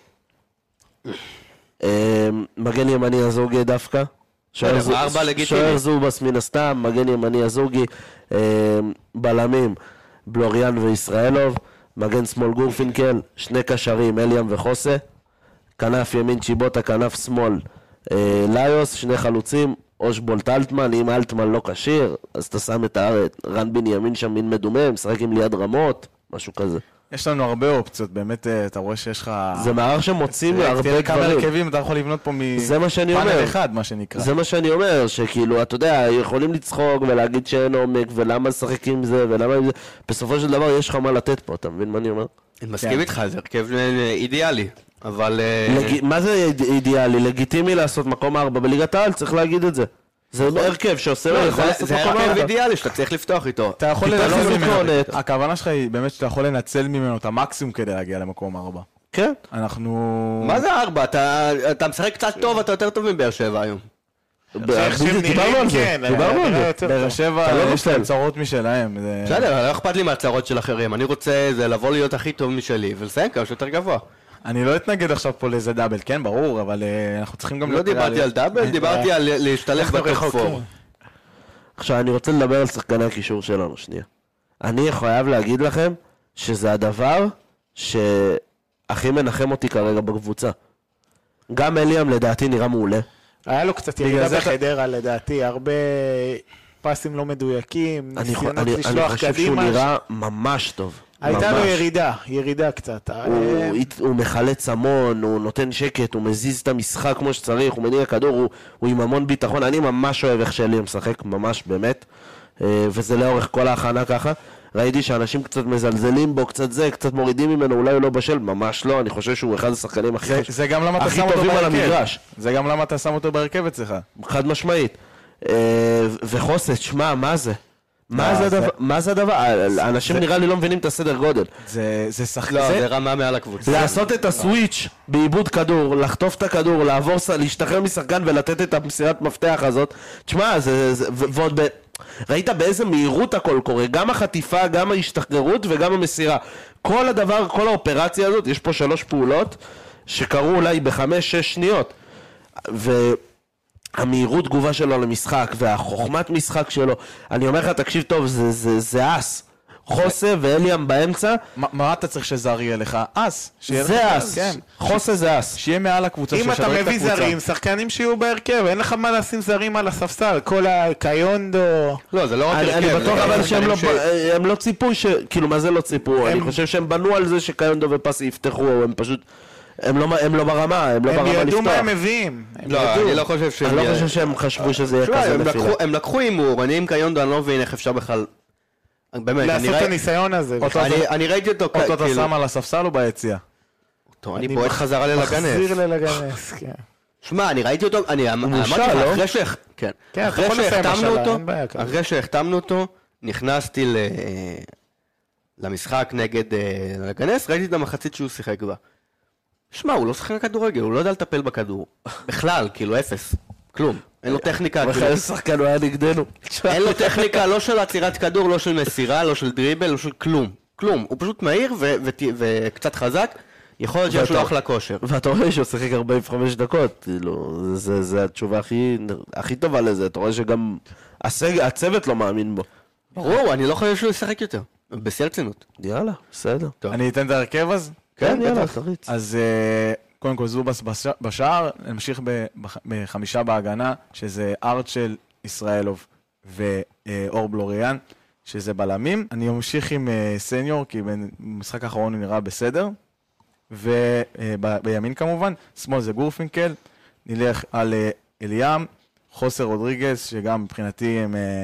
מגן ימני הזוגי דווקא. שוער זובס מן הסתם, מגן ימני הזוגי, בלמים, בלוריאן וישראלוב, מגן שמאל גורפינקל, 2 קשרים, אליאם וחוסה, כנף ימין צ'יבוטה, כנף שמאל ליוס, 2 חלוצים, אושבולט אלטמן, אם אלטמן לא קשיר, אז אתה שם את רן בנימין שם מין מדומה, משחק עם ליד רמות, משהו כזה. יש לנו הרבה אופציות, באמת אתה רואה שיש לך... זה מערך שמוצאים הרבה דברים. כמה הרכבים אתה יכול לבנות פה מפאנל אחד, מה שנקרא. זה מה שאני אומר, שכאילו, אתה יודע, יכולים לצחוק ולהגיד שאין עומק, ולמה לשחק עם זה, ולמה עם זה, בסופו של דבר יש לך מה לתת פה, אתה מבין מה אני אומר? אני מסכים איתך, זה הרכב אידיאלי, אבל... מה זה אידיאלי? לגיטימי לעשות מקום 4 בליגת העל, צריך להגיד את זה. זה הרכב שעושה יכול לעשות מקום 4. זה הרכב אידיאלי שאתה צריך לפתוח איתו. אתה יכול לנצל ממנו, הכוונה שלך היא באמת שאתה יכול לנצל ממנו את המקסימום כדי להגיע למקום 4. כן. אנחנו... מה זה 4? אתה משחק קצת טוב, אתה יותר טוב מבאר שבע היום. דיברנו על זה, באר שבע יש להם צרות משלהם. בסדר, לא אכפת לי מהצרות של אחרים, אני רוצה לבוא להיות הכי טוב משלי ולסיים כמה שיותר גבוה. אני לא אתנגד עכשיו פה לאיזה דאבל, כן, ברור, אבל אנחנו צריכים גם... לא דיברתי על דאבל, דיברתי על להשתלב בטופ 4. עכשיו, אני רוצה לדבר על שחקני הקישור שלנו, שנייה. אני חייב להגיד לכם שזה הדבר הכי מנחם אותי כרגע בקבוצה. גם אליאם לדעתי נראה מעולה. היה לו קצת ירידה בחדרה לדעתי, הרבה פסים לא מדויקים, ניסיונות לשלוח קדימה. אני חושב שהוא נראה ממש טוב. הייתה לו ירידה קצת. הוא מחלץ המון, הוא נותן שקט, הוא מזיז את המשחק כמו שצריך, הוא מניע כדור, הוא עם המון ביטחון. אני ממש אוהב איך שאליאם משחק, ממש באמת, וזה לאורך כל ההכנה ככה. ראיתי שאנשים קצת מזלזלים בו, קצת זה, קצת מורידים ממנו, אולי הוא לא בשל, ממש לא, אני חושב שהוא אחד השחקנים הכי טובים על המגרש. זה גם למה אתה שם אותו בהרכב אצלך. חד משמעית. וחוסת, שמע, מה זה? מה זה הדבר? אנשים נראה לי לא מבינים את הסדר גודל. זה שחקן. לא, זה רמה מעל הקבוצה. לעשות את הסוויץ' בעיבוד כדור, לחטוף את הכדור, להשתחרר משחקן ולתת את המסירת מפתח הזאת. תשמע, ועוד ראית באיזה מהירות הכל קורה, גם החטיפה, גם ההשתחררות וגם המסירה. כל הדבר, כל האופרציה הזאת, יש פה 3 פעולות שקרו אולי ב5-6 שניות. והמהירות תגובה שלו למשחק והחוכמת משחק שלו, אני אומר לך, תקשיב טוב, זה אס. חוסה ואליאם באמצע. מה אתה צריך שזר יהיה לך? אס. זה אס. חוסה זה אס. שיהיה מעל הקבוצה. אם אתה מביא זרים, שחקנים שיהיו בהרכב, אין לך מה לשים זרים על הספסל, כל הקיונדו. לא, זה לא רק הרכב. אני בטוח אבל שהם לא ציפו, כאילו מה זה לא ציפו? אני חושב שהם בנו על זה שקיונדו ופסי יפתחו, הם פשוט... הם לא ברמה, הם לא ברמה לפתוח. הם ידעו מה הם מביאים. לא, אני לא חושב שהם... אני לא חושב שהם חשבו שזה יהיה כזה נפילה. הם לקחו אימור, אני עם קיונדו, אני לא מבין איך אפשר בכלל... לעשות את הניסיון הזה. אני ראיתי אותו אותו אתה שם על הספסל או ביציע? אני בועט חזרה ללגנס. מחזיר ללגנס, כן. שמע, אני ראיתי אותו, אני אמרתי לך, אחרי שהחתמנו אותו, נכנסתי למשחק נגד לגנס, ראיתי את המחצית שהוא שיחק בה. שמע, הוא לא שחקן כדורגל, הוא לא יודע לטפל בכדור. בכלל, כאילו אפס. כלום. אין לו טכניקה. בכלל שחקן הוא היה נגדנו. אין לו טכניקה, לא של עצירת כדור, לא של מסירה, לא של דריבל, לא של כלום. כלום. הוא פשוט מהיר וקצת חזק. יכול להיות שיש לו אחלה כושר. ואתה רואה שהוא שיחק 45 דקות. זה התשובה הכי טובה לזה. אתה רואה שגם הצוות לא מאמין בו. ברור, אני לא חושב שהוא ישחק יותר. בשיא הרצינות. יאללה, בסדר. אני אתן את ההרכב אז? כן, יאללה, תריץ. אז קודם כל זובס בשער, נמשיך ב5 בהגנה, שזה ארצ'ל, ישראלוב ואור בלוריאן, שזה בלמים. אני ממשיך עם סניור, כי במשחק האחרון הוא נראה בסדר, ובימין כמובן, שמאל זה גורפינקל, נלך על אליאם, חוסר רודריגז, שגם מבחינתי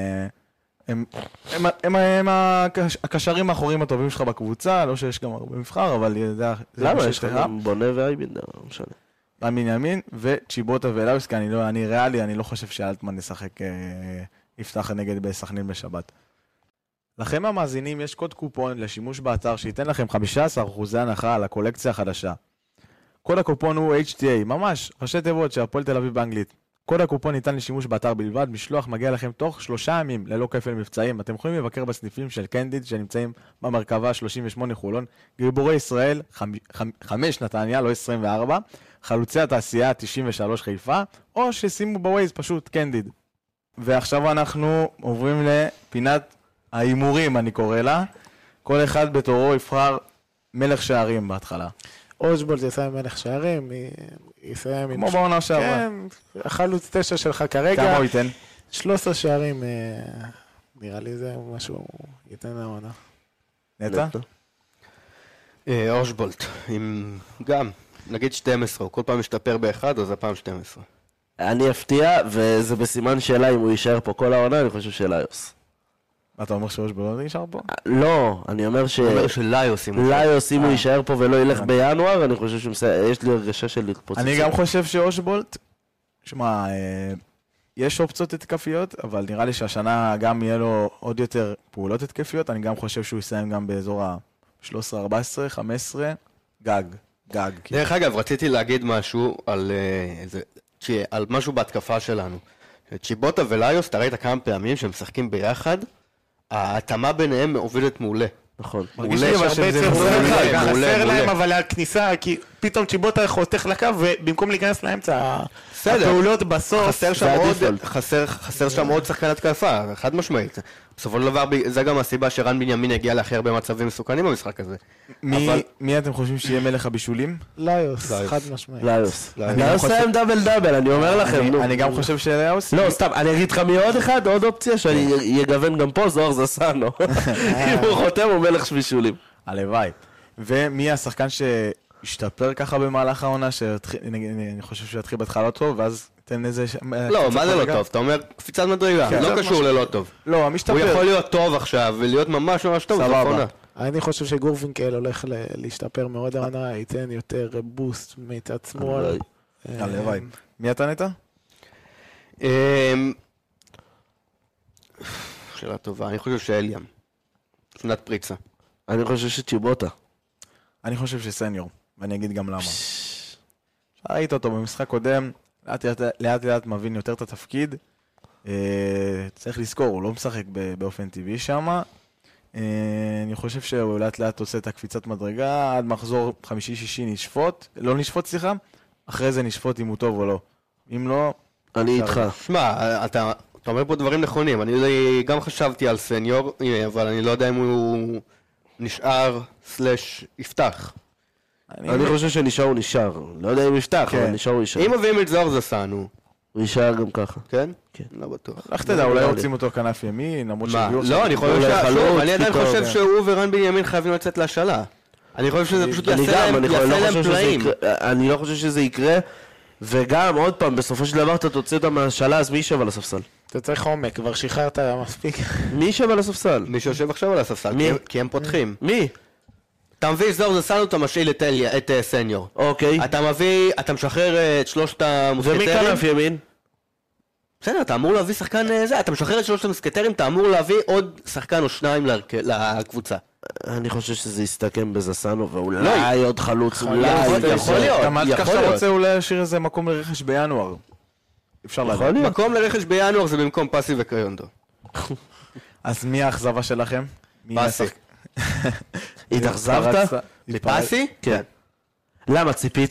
הם הקשרים האחוריים הטובים שלך בקבוצה, לא שיש גם הרבה מבחר, אבל למה? יש לך גם בונה ואייבינדר, לא משנה. רמין ימין וצ'יבוטה ואלאוס, כי אני ריאלי, אני לא חושב שאלטמן ישחק, יפתח נגד בסכנין בשבת. לכם המאזינים יש קוד קופון לשימוש באתר שייתן לכם 15% הנחה על הקולקציה החדשה. קוד הקופון הוא HTA, ממש, ראשי תיבות שהפועל תל אביב באנגלית. קוד הקופון ניתן לשימוש באתר בלבד, משלוח מגיע לכם תוך 3 ימים ללא כפל מבצעים. אתם יכולים לבקר בסניפים של קנדיד שנמצאים במרכבה 38 חולון, גיבורי ישראל 5 נתניה, לא 24, חלוצי התעשייה 93 חיפה, או ששימו בווייז פשוט קנדיד. ועכשיו אנחנו עוברים לפינת האימורים, אני קורא לה. כל אחד בתורו יבחר מלך שערים בהתחלה. אושבולט יסיים מלך שערים, יסיים עם... כמו בעונה שעברה. כן, החלוץ 9 שלך כרגע. כמה הוא ייתן? 13 שערים, נראה לי זה משהו ייתן לעונה. נטע? אושבולט, עם גם, נגיד 12, הוא כל פעם משתפר באחד, אז הפעם 12. אני אפתיע, וזה בסימן שאלה אם הוא יישאר פה כל העונה, אני חושב שליוס. אתה אומר שאושבולט יישאר פה? לא, אני אומר שליוס, אם הוא יישאר פה ולא ילך בינואר, אני חושב שיש לי הרגשה של התפוצצות. אני גם חושב שאושבולט, שמע, יש אופציות התקפיות, אבל נראה לי שהשנה גם יהיה לו עוד יותר פעולות התקפיות, אני גם חושב שהוא יסיים גם באזור ה-13, 14, 15, גג. דרך אגב, רציתי להגיד משהו על משהו בהתקפה שלנו. צ'יבוטה וליוס, אתה ראית כמה פעמים שהם משחקים ביחד, ההתאמה ביניהם עובדת מעולה. נכון. מרגיש לי שהרבה חסר להם, אבל הכניסה, כי פתאום צ'יבוטה חותך לקו, ובמקום להיכנס לאמצע, הפעולות בסוף, חסר שם עוד שחקן התקפה, חד משמעית. בסופו של דבר, זה גם הסיבה שרן בנימין הגיע להכי הרבה מצבים מסוכנים במשחק הזה. מי אתם חושבים שיהיה מלך הבישולים? ליוס, חד משמעי. ליוס. ליוס סיים דאבל, אני אומר לכם, נו. אני גם חושב שליוס. לא, סתם, אני אגיד לך מי עוד אחד, עוד אופציה שאני יגוון גם פה, זוהר זסנו. אם הוא חותם הוא מלך בישולים. הלוואי. ומי השחקן שהשתפר ככה במהלך העונה, אני חושב שיתחיל בהתחלה טוב, ואז תן איזה... לא, מה זה לא טוב? אתה אומר קפיצת מדרגה, לא קשור ללא טוב. לא, המשתפר. הוא יכול להיות טוב עכשיו ולהיות ממש ממש טוב. סבבה. אני חושב שגורפינקל הולך להשתפר מאוד העונה, ייתן יותר בוסט מצד שמאל. הלוואי. מי אתה נטע? שאלה טובה, אני חושב שאליאם. שנת פריצה. אני חושב שצ'יבוטה. אני חושב שסניור, ואני אגיד גם למה. ראית אותו במשחק קודם, לאט לאט מבין יותר את התפקיד. צריך לזכור, הוא לא משחק באופן טבעי שם. אני חושב שהוא לאט לאט עושה את הקפיצת מדרגה, עד מחזור 5-6 נשפוט, לא נשפוט סליחה, אחרי זה נשפוט אם הוא טוב או לא. אם לא... אני איתך. שמע, אתה אומר פה דברים נכונים, אני גם חשבתי על סניור, אבל אני לא יודע אם הוא נשאר / יפתח. אני חושב שנשאר הוא נשאר. לא יודע אם יפתח, אבל נשאר הוא נשאר. אם מביאים את זוהר זסנו. הוא יישאר גם ככה. כן? כן. לא בטוח. איך תדע, אולי רוצים אותו כנף ימין, למרות שהביאו... לא, אני עדיין חושב שהוא ורן בנימין חייבים לצאת להשאלה. אני חושב שזה פשוט יעשה להם פלאים. אני לא חושב שזה יקרה, וגם, עוד פעם, בסופו של דבר אתה תוציא אותם מהשאלה, אז מי יישב על הספסל? אתה צריך עומק, כבר שחררת מספיק. מי יישב על הספסל? מי שיושב עכשיו על הספסל, כי הם פותחים. מי? אתה מביא זוהר זסנו, אתה משאיל את סניור. אוקיי. אתה משחרר את שלושת המוסקטרים. ומי כנף ימין? בסדר, אתה אמור להביא שחקן זה, אתה משחרר את שלושת המוסקטרים, אתה אמור להביא עוד שחקן או שניים לקבוצה. אני חושב שזה יסתכם בזסנו, ואולי עוד חלוץ, אולי... יכול להיות. גם עד ככה רוצה אולי להשאיר איזה מקום לרכש בינואר. אפשר לדעת. מקום לרכש בינואר זה במקום פסי וקריונדו. אז מי האכזבה שלכם? פסי. התאכזבת? לפסי? כן. למה, ציפית?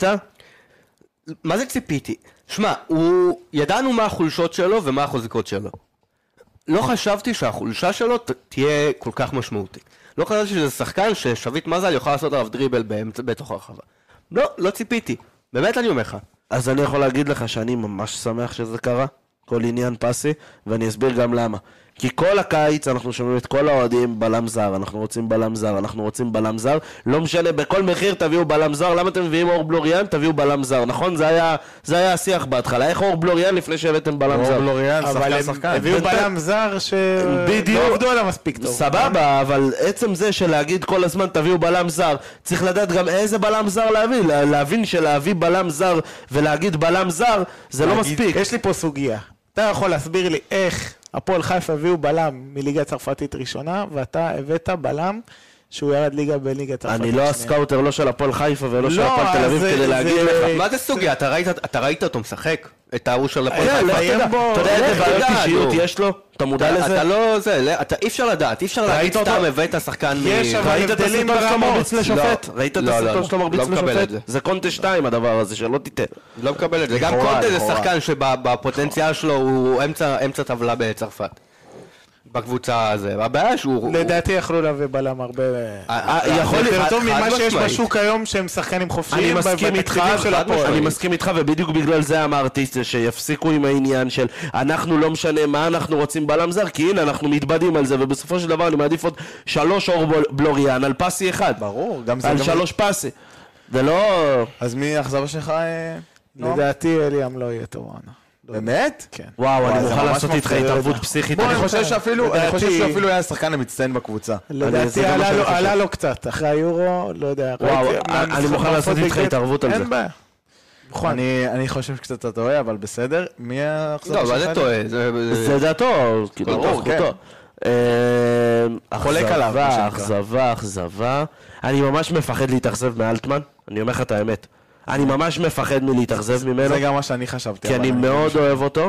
מה זה ציפיתי? שמע, ידענו מה החולשות שלו ומה החוזקות שלו. לא חשבתי שהחולשה שלו תהיה כל כך משמעותית. לא חשבתי שזה שחקן ששביט מזל יוכל לעשות עליו דריבל בתוך הרחבה. לא ציפיתי. באמת אני אומר לך. אז אני יכול להגיד לך שאני ממש שמח שזה קרה, כל עניין פסי, ואני אסביר גם למה. כי כל הקיץ אנחנו שומעים את כל האוהדים בלם זר, אנחנו רוצים בלם זר, אנחנו רוצים בלם זר, לא משנה, בכל מחיר תביאו בלם זר, למה אתם מביאים אור בלוריאן? תביאו בלם זר, נכון? זה היה השיח בהתחלה, איך אור בלוריאן לפני שהבאתם בלם זר? אור בלוריאן, שחקן. הביאו בלם זר שלא עבדו עליו מספיק טוב. סבבה, אבל עצם זה שלהגיד כל הזמן תביאו בלם זר, צריך לדעת גם איזה בלם זר להביא, להבין שלהביא בלם זר ולהגיד בלם זר, זה לא מספיק. יש לי פה סוגיה, אתה יכול להסביר לי איך הפועל חיפה הביאו בלם מליגה צרפתית ראשונה, ואתה הבאת בלם שהוא ירד ליגה בליגה צרפתית. אני לא הסקאוטר לא של הפועל חיפה ולא של הפועל תל אביב כדי להגיד לך. מה זה סוגיה? אתה ראית אותו משחק? את ההוא של הפועל כן, חיפה? אתה יודע איזה בעיות אישיות יש לו? אתה מודע לזה? אתה לא זה, אי אפשר לדעת, אי אפשר להגיד סתם הבאת שחקן ראית את הסרטון שלו מרביץ לשופט? ראית את הסרטון שלו מרביץ לא מקבל לשופט? את זה. זה קונטה 2 הדבר הזה, שלא תטעה. לא מקבל את זה, גם קונטה זה שחקן שבפוטנציאל שלו הוא אמצע טבלה בצרפת. בקבוצה הזה, הבעיה שהוא... לדעתי יכלו להביא בלם הרבה... יכול להיות יותר טוב ממה שיש בשוק היום שהם שחקנים חופשיים. אני מסכים איתך ובדיוק בגלל זה אמרתי שיפסיקו עם העניין של אנחנו לא משנה מה אנחנו רוצים בלם זר, כי הנה אנחנו מתבדים על זה ובסופו של דבר אני מעדיף עוד 3 אור בלוריאן על פסי אחד. ברור, גם זה... על 3 פסי. זה לא... אז מי האכזבה שלך? לדעתי אליאם לא יהיה טוב עונה. באמת? כן. וואו, אני מוכן לעשות איתך התערבות פסיכית. אני חושב שאפילו היה השחקן המצטיין בקבוצה. לדעתי עלה לו קצת, אחרי היורו, לא יודע. וואו, אני מוכן לעשות איתך התערבות על זה. אין בעיה. אני חושב שקצת אתה טועה, אבל בסדר. מי האכזבה שלך? לא, אבל זה טועה. זה דעתו, ברור, כן. חולק עליו. אכזבה. אני ממש מפחד להתאכזב מאלטמן. אני אומר לך את האמת. אני ממש מפחד מלהתאכזב ממנו. זה גם מה שאני חשבתי. כי אני מאוד אוהב אותו.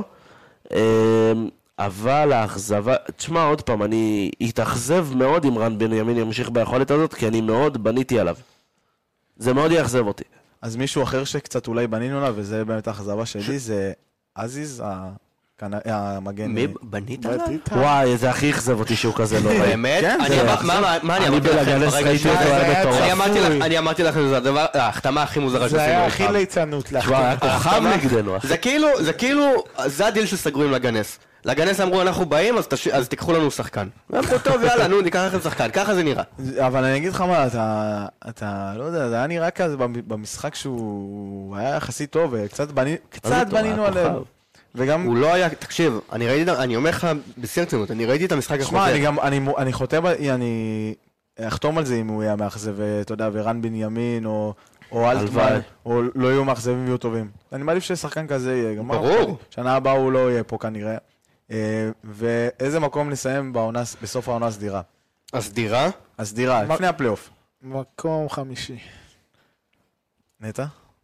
אבל האכזבה... תשמע, עוד פעם, אני אתאכזב מאוד אם רן בנימין ימשיך ביכולת הזאת, כי אני מאוד בניתי עליו. זה מאוד יאכזב אותי. אז מישהו אחר שקצת אולי בנינו לה, וזה באמת האכזבה שלי, זה עזיז, המגן. מי בנית עליו? וואי, איזה הכי אכזב אותי שהוא כזה לא רואה. באמת? כן, אני זה- מה אני אני אמרתי לכם? בלגנס ברגע ראיתי אותו, שזה- היה מטורף. אני אמרתי לכם שזה הדבר, ההחתמה הכי מוזרה זה היה שעשינו הכי אי פעם. ליצנות תשמע, להחתים. היה כוכב נגדנו, אחי. זה הדיל שסגרו עם לגנס. לגנס אמרו אנחנו באים אז תיקחו לנו שחקן. אמרו טוב יאללה נו ניקח לכם שחקן, ככה זה נראה. אבל אני אגיד לך מה, אתה לא יודע, זה היה נראה כזה במשחק שהוא היה יחסית טוב, וקצת בנינו היה עליהם. כוכב. וגם, הוא לא היה, תקשיב, אני אומר לך בשיא הרצינות, אני ראיתי את המשחק שמע, החוזר. אני גם, אני חותם, אני אחתום על זה אם הוא יהיה מאכזב, אתה יודע, ורן בנימין, או אלטמן, הלוואי. או לא יהיו מאכזבים ויהיו טובים. אני מעדיף ששחקן כזה יהיה. גם ברור. שנה הבאה הוא לא יהיה פה כנראה. ואיזה מקום נסיים בסוף העונה הסדירה? הסדירה? הסדירה, לפני הפלייאוף. מקום 5. נטע?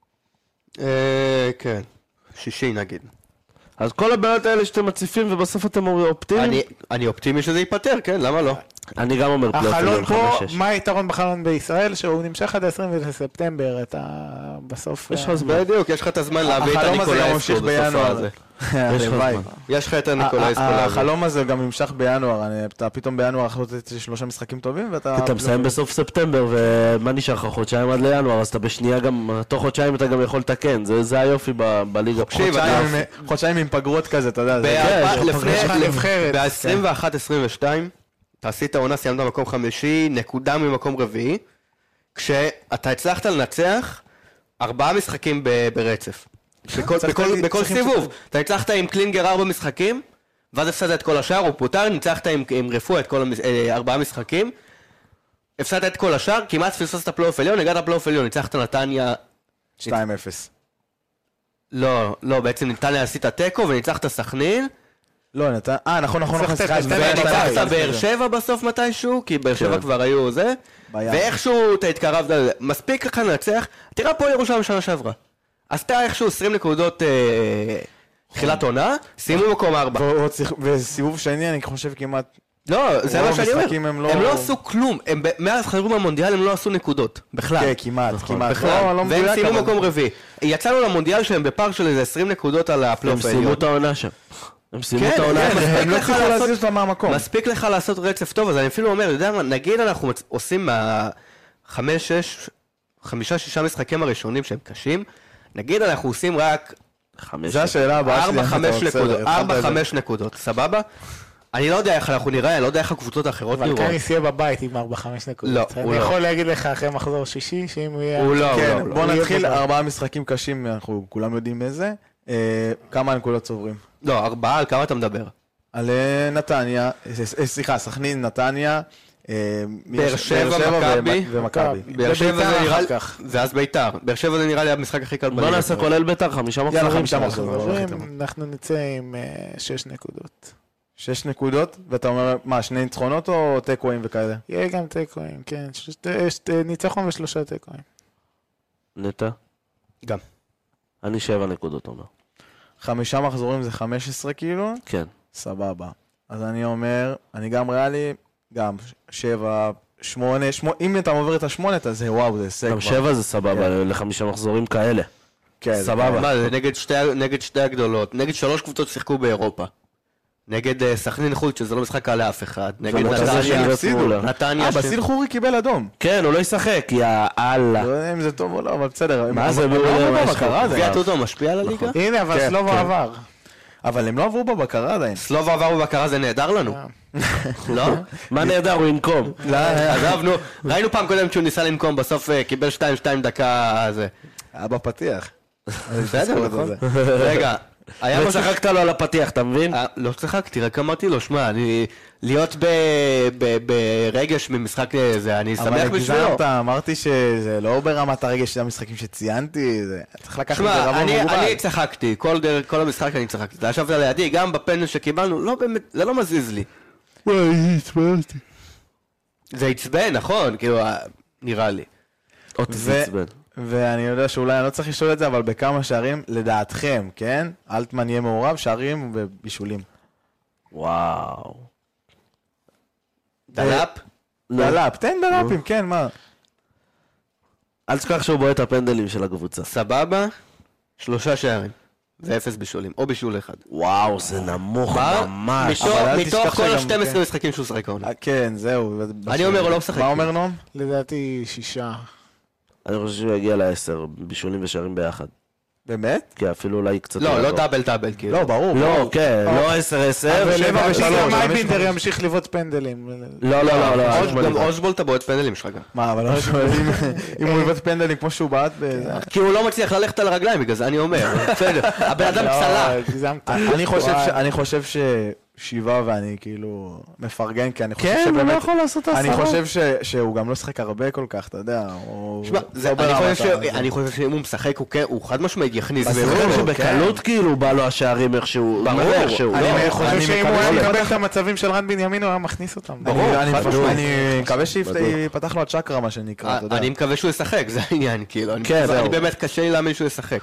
כן. 60 נגיד. אז כל הבעיות האלה שאתם מציפים ובסוף אתם אופטימיים? אני אופטימי שזה ייפטר, כן, למה לא? אני גם אומר פלייאוף החלון עליון פה, 5-6. מה היתרון בחלון בישראל? שהוא נמשך עד 20 בספטמבר, אתה בסוף... יש לך זמן. בדיוק, יש לך את הזמן להביא את החלום הזה גם הניקולאסקו ממשיך בסוף בינואר. הזה. יש לך הלוואי. זמן. יש לך את הניקולאסקו להביא. החלום הזה גם נמשך בינואר, אתה פתאום בינואר יכול לתת 3 משחקים טובים ואתה... אתה מסיים בסוף ספטמבר, ומה נשאר לך? חודשיים עד לינואר, אז אתה בשנייה גם, תוך חודשיים אתה גם יכול לתקן, זה היופי בליגה. תקשיב, חודשיים עם פגרות כזה, אתה יודע. יש לך נבחרת. ב-21-22, אתה עשית עונה, סיימת במקום חמישי, נקודה ממקום רביעי, כשאתה הצלחת לנצח 4 משחקים ברצף. בכל סיבוב. אתה הצלחת עם קלינגר 4 משחקים, ואז הפסדת את כל השאר, הוא פוטר, ניצחת עם רפואה את כל 4 משחקים, הפסדת את כל השאר, כמעט פספסת פלייאוף עליון, הגעת לפלייאוף עליון, ניצחת נתניה... 2-0. לא, בעצם נתניה עשית תיקו וניצחת סכנין, לא, נכון, סליחה, וניצחת באר שבע בסוף מתישהו, כי באר שבע כבר היו זה, בים. ואיכשהו אתה התקרבת, מספיק לך לנצח, תראה פה ירושלים שנה שעברה. עשתה איכשהו 20 נקודות תחילת עונה, סיימו מקום 4. וסיבוב שני, אני חושב כמעט... לא, זה מה שאני המשחקים אומר, הם הם לא- לא עשו כלום, מאז חזרו מהמונדיאל הם לא עשו נקודות, בכלל. כן, כמעט. בכלל, לא והם מדויק, סיימו אבל- מקום רביעי. יצאנו למונדיאל שלהם בפער של איזה 20 נקודות על הם הפלייאוף סיימו העליון. את העונה שם. הם סיימו את כן, העונה. כן, הם לא לך הצליחו לעשות- להזיז אותם מהמקום. מספיק לך לעשות רצף טוב, אז אני אפילו אומר, יודע מה, נגיד אנחנו עושים 5-6 משחקים הראשונים שהם קשים, נגיד אנחנו עושים רק 5. זה השאלה הבאה שלי. 4-5 נקודות, סבבה? אני לא יודע איך אנחנו נראה, אני לא יודע איך הקבוצות האחרות אבל נראות. קאניס יהיה בבית עם 4-5 נקודות. לא, הוא אני לא. יכול להגיד לך אחרי מחזור שישי, שאם הוא יהיה... הוא לא, כן, הוא לא. בוא הוא יהיה נתחיל, בבית. 4 משחקים קשים, אנחנו כולם יודעים איזה. כמה נקודות צוברים? לא, 4, על כמה אתה מדבר? על נתניה, סליחה, סכנין, נתניה, באר שבע, מכבי. ומכבי. באר שבע וביתר זה נראה אחר לי, כך. ואז ביתר. באר שבע זה נראה לי המשחק הכי קל בוא נעשה כולל ביתר, 5 מחזורים. יאללה, 5 שלנו. מחזורים. אנחנו נצא עם 6 נקודות. 6 נקודות, ואתה אומר, מה, 2 ניצחונות או תיקואים וכאלה? יהיה גם תיקואים, כן. ניצחון ו3 תיקואים. נטע? גם. אני 7 נקודות אומר. 5 מחזורים זה 15 כאילו? כן. סבבה. אז אני אומר, אני גם ריאלי, גם 7, 8, אם אתה עובר את ה8, אז זה וואו, זה הישג גם כבר. 7 זה סבבה, ל5 מחזורים כאלה. כן, זה סבבה. מה, זה נגד שתי הגדולות, נגד 3 קבוצות ששיחקו באירופה. נגד סכנין חוץ, שזה לא משחק קל לאף אחד. נגד ולא שזה נתניה, שיפסידו. נתניה, בסיל חורי קיבל אדום. כן, הוא לא ישחק, יא אללה. לא יודע אם זה טוב או לא, אבל בסדר. מה הם- זה, הם הוא לא יודע עברו מה יש לך? בבקרה גביע עדיין. הטוטו משפיע על הליגה? הנה, אבל כן, סלובו כן. עבר. אבל הם לא עברו בבקרה עדיין. סלובה עבר בבקרה זה נהדר לנו. לא? מה נהדר, הוא ינקום. עזוב, נו. ראינו פעם קודם שהוא ניסה לנקום, בסוף קיבל 2 דקה זה. היה בפתיח. בסדר, נכון. רגע, היה משהו... וצחקת לו על הפתיח, אתה מבין? לא צחקתי, רק אמרתי לו, שמע, להיות ברגש ממשחק זה, אני אבל שמח בשבילו. הגזמת, אמרתי שזה לא ברמת הרגש של המשחקים שציינתי, זה- צריך לקחת את זה שמע, רבון אני מוגבל. צחקתי, כל המשחק אני צחקתי. אתה ישבת לידי, גם בפנדל שקיבלנו, לא באמת, זה לא מזיז לי. זה עצבן, נכון, כאילו, נראה לי. אותי זה עצבן. ואני יודע שאולי אני לא צריך לשאול את זה, אבל בכמה שערים, לדעתכם, כן? אלטמן יהיה מעורב, שערים ובישולים. וואו. דלאפ? דלאפ, תן דלאפים, כן, מה? אל תשכח שהוא בועט הפנדלים של הקבוצה. סבבה? 3 שערים. זה 0 בישולים, או בישול אחד. וואו, זה נמוך ממש. מתוך תשכח כל שגם- ה-12 משחקים שהוא שחק העונה. כן, זהו. אני אומר, הוא לא משחק. מה אומר נועם? לדעתי 6. אני חושב שהוא יגיע ל10, בישולים ושערים ביחד. באמת? כי אפילו אולי קצת... לא דאבל, כאילו. לא, ברור. לא, כן, לא 10-10, אבל 7 ו3. מייבינדר ימשיך לבעוט פנדלים. לא, גם אושבולט הבועט פנדלים שלך גם. מה, אבל אם הוא יבט פנדלים כמו שהוא בעט כי הוא לא מצליח ללכת על הרגליים, בגלל זה אני אומר. בסדר, הבן אדם פסלה. אני חושב ששבעה ואני כאילו מפרגן, כי אני חושב כן, הוא לא שבאמת... יכול לעשות 10. אני חושב שהוא גם לא שחק הרבה כל כך, אתה יודע. שמע, אני חושב שאם הוא משחק, הוא חד משמעית יכניס. אז אני חושב שבקלות כאילו בא לו השערים איכשהו. ברור. אני חושב שאם הוא היה מקבל- מקבל את המצבים של רן בנימין, הוא היה מכניס אותם. אני מקווה שיפתח לו הצ'קרה, מה שנקרא, אתה יודע. אני מקווה שהוא ישחק, זה העניין, כאילו. כן, זהו. אני באמת קשה לי להאמין שהוא ישחק.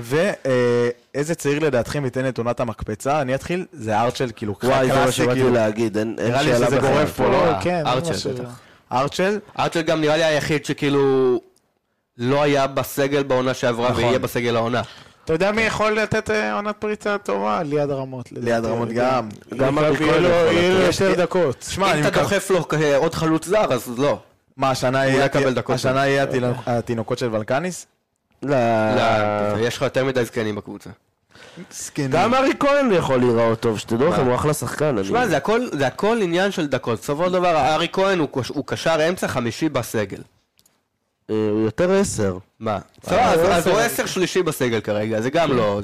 ואיזה צעיר לדעתכם ייתן את עונת המקפצה? אני אתחיל, זה ארצ'ל, כאילו, וואי, זה מה קלאסי, שבאתי כאילו. להגיד, אין נראה לי שאלה שזה בכלל. גורף פה, לא? כן, ארצ'ל, משהו. בטח. ארצ'ל? ארצ'ל גם נראה לי היחיד שכאילו לא היה בסגל בעונה שעברה נכון. ויהיה בסגל העונה. אתה יודע מי יכול לתת עונת פריצה טובה? ליד רמות. ליד רמות גם. גם אבי כהן יהיה לו יכול יותר דקות. שמע, אם אני אתה מקווה... דוחף לו עוד חלוץ זר, אז לא. מה, השנה הוא יהיה יקבל דקות. השנה יהיה התינוקות של ולקניס? לא, יש לך יותר מדי זקנים בקבוצה. גם ארי כהן יכול להיראות טוב, שתדעו לכם, הוא אחלה שחקן. שמע, זה הכל עניין של דקות. בסופו של דבר, ארי כהן הוא קשר אמצע 5 בסגל. הוא יותר 10. מה? אז הוא 10 שלישי בסגל כרגע, זה גם לא...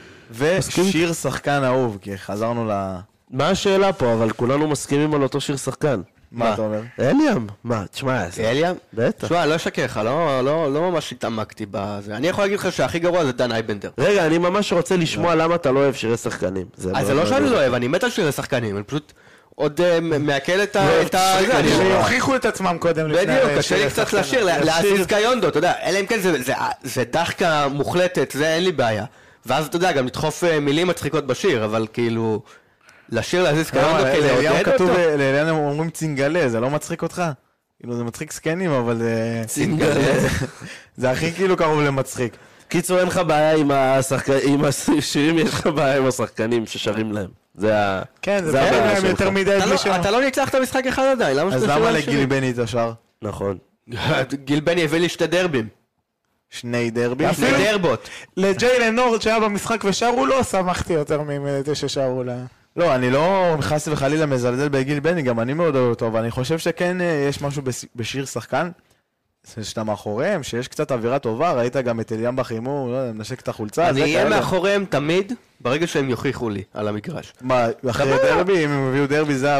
ושיר שחקן אהוב, כי חזרנו ל... מה השאלה פה? אבל כולנו מסכימים על אותו שיר שחקן. מה אתה אומר? אליאם? מה? תשמע, אליאם? בטח. שמע, לא אשקר לך, לא ממש התעמקתי בזה. אני יכול להגיד לך שהכי גרוע זה דן אייבנדר. רגע, אני ממש רוצה לשמוע למה אתה לא אוהב שירי שחקנים. אז זה לא שאני לא אוהב, אני מת על שירי שחקנים, אני פשוט עוד מעכל את ה... שיוכיחו את עצמם קודם לפני... בדיוק, קשה לי קצת לשיר, להזיז קיונדו, אתה יודע, אלא אם כן זה דחקה מוחלטת, זה אין לי בעיה. ואז אתה יודע, גם לדחוף מילים מצחיקות בשיר, אבל כאילו... לשיר להזיז קיונדו כדי לעודד אותו? לאליאן הם אומרים צינגלה, זה לא מצחיק אותך? כאילו זה מצחיק סקנים, אבל זה... צינגלה. זה הכי כאילו קרוב למצחיק. קיצור, אין לך בעיה עם השירים, יש לך בעיה עם השחקנים ששרים להם. זה ה... כן, זה זה באים הבעיה להם יותר שלך. מדי בלי שם. אתה לא ניצחת משחק אחד עדיין, למה אז שאתה למה שואל לגיל שירים? בני את השאר? נכון. גיל בני הביא לי 2 דרבים. 2 דרבים? 2 דרבות. לג'יילן נורד שהיה במשחק ושרו לא שמחתי יותר מזה ששרו לה. לא, אני לא חס וחלילה מזלזל בגיל בני, גם אני מאוד אוהב אותו, אבל אני חושב שכן יש משהו בשיר שחקן, שאתה מאחוריהם, שיש קצת אווירה טובה, ראית גם את אליאם בחימור, לא יודע, מנשק את החולצה. אני זה אהיה כאלה. מאחוריהם תמיד, ברגע שהם יוכיחו לי על המגרש. מה, אחרי דרבי, אם הם הביאו דרבי זה...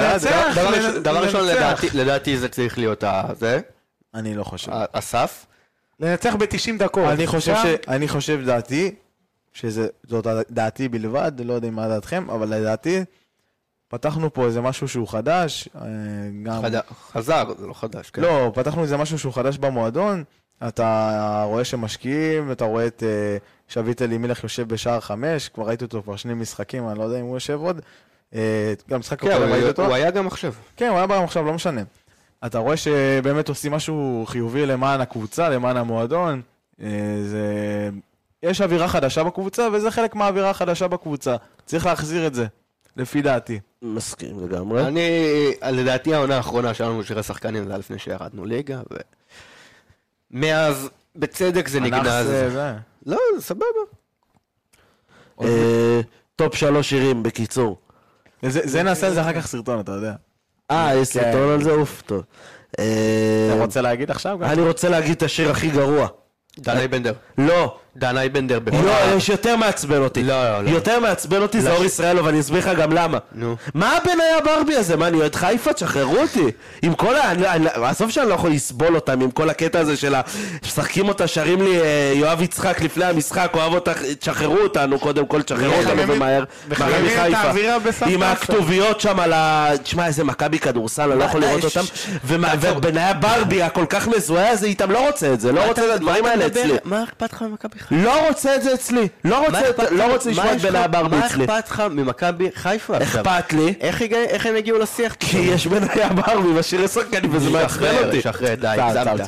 דבר ראשון, לדעתי זה צריך להיות זה, אני לא חושב. הסף. לנצח ב-90 דקות. אני חושב דעתי, שזאת דעתי בלבד, לא יודע מה דעתכם, אבל לדעתי, פתחנו פה איזה משהו שהוא חדש, גם... חזר, זה לא חדש, כן. לא, פתחנו איזה משהו שהוא חדש במועדון, אתה רואה שמשקיעים, אתה רואה את שביט אלימלך יושב בשער 5, כבר ראיתי אותו כבר 2 משחקים, אני לא יודע אם הוא יושב עוד, גם משחק כן, הוא היה גם עכשיו. כן, הוא היה בהם עכשיו, לא משנה. אתה רואה שבאמת עושים משהו חיובי למען הקבוצה, למען המועדון, יש אווירה חדשה בקבוצה, וזה חלק מהאווירה החדשה בקבוצה. צריך להחזיר את זה, לפי דעתי. מסכים לגמרי. לדעתי העונה האחרונה שלנו שירי שחקנים זה היה לפני שירדנו ליגה, ומאז בצדק זה נגנז. לא, זה סבבה. טופ 3 שירים, בקיצור. זה נעשה על זה אחר כך סרטון, אתה יודע. יש סרטון על זה? אוף, טוב. אתה רוצה להגיד עכשיו? אני רוצה להגיד את השיר הכי גרוע. דן אייבנדר. לא. דן אייבנדר. לא, יש יותר מעצבן אותי. לא. יותר מעצבן אותי זה אור ישראלו, ואני אסביר לך גם למה. נו. מה הבנאי הברבי הזה? מה, אני אוהד חיפה? תשחררו אותי. עם כל הסוף שאני לא יכול לסבול אותם, עם כל הקטע הזה של ששחקים אותה, שרים לי יואב יצחק לפני המשחק, אוהב אותה, תשחררו אותנו, קודם כל תשחררו אותנו ומהר. מחממים את האווירה בסף עם תפר. הכתוביות שם על ה... תשמע, איזה מכבי כדורסל, אני לא יכול לראות אותם. ובנאי הברבי הכל כך מזוהה הזה איתם, לא רוצה את זה, לא רוצה את הדברים האלה אצלי. מה אכפת לך ממכבי חיפה? לא רוצה את זה אצלי, לא רוצה לשמוע את בנאי הברבי אצלי. מה אכפת לך ממכבי חיפה? אכפת לי. איך הם הגיעו לשיח? כי יש בנאי הברבי בשירי שחקנים וזה מעצבן אותי. שחרר, די, צער, הגזמת. צוחק.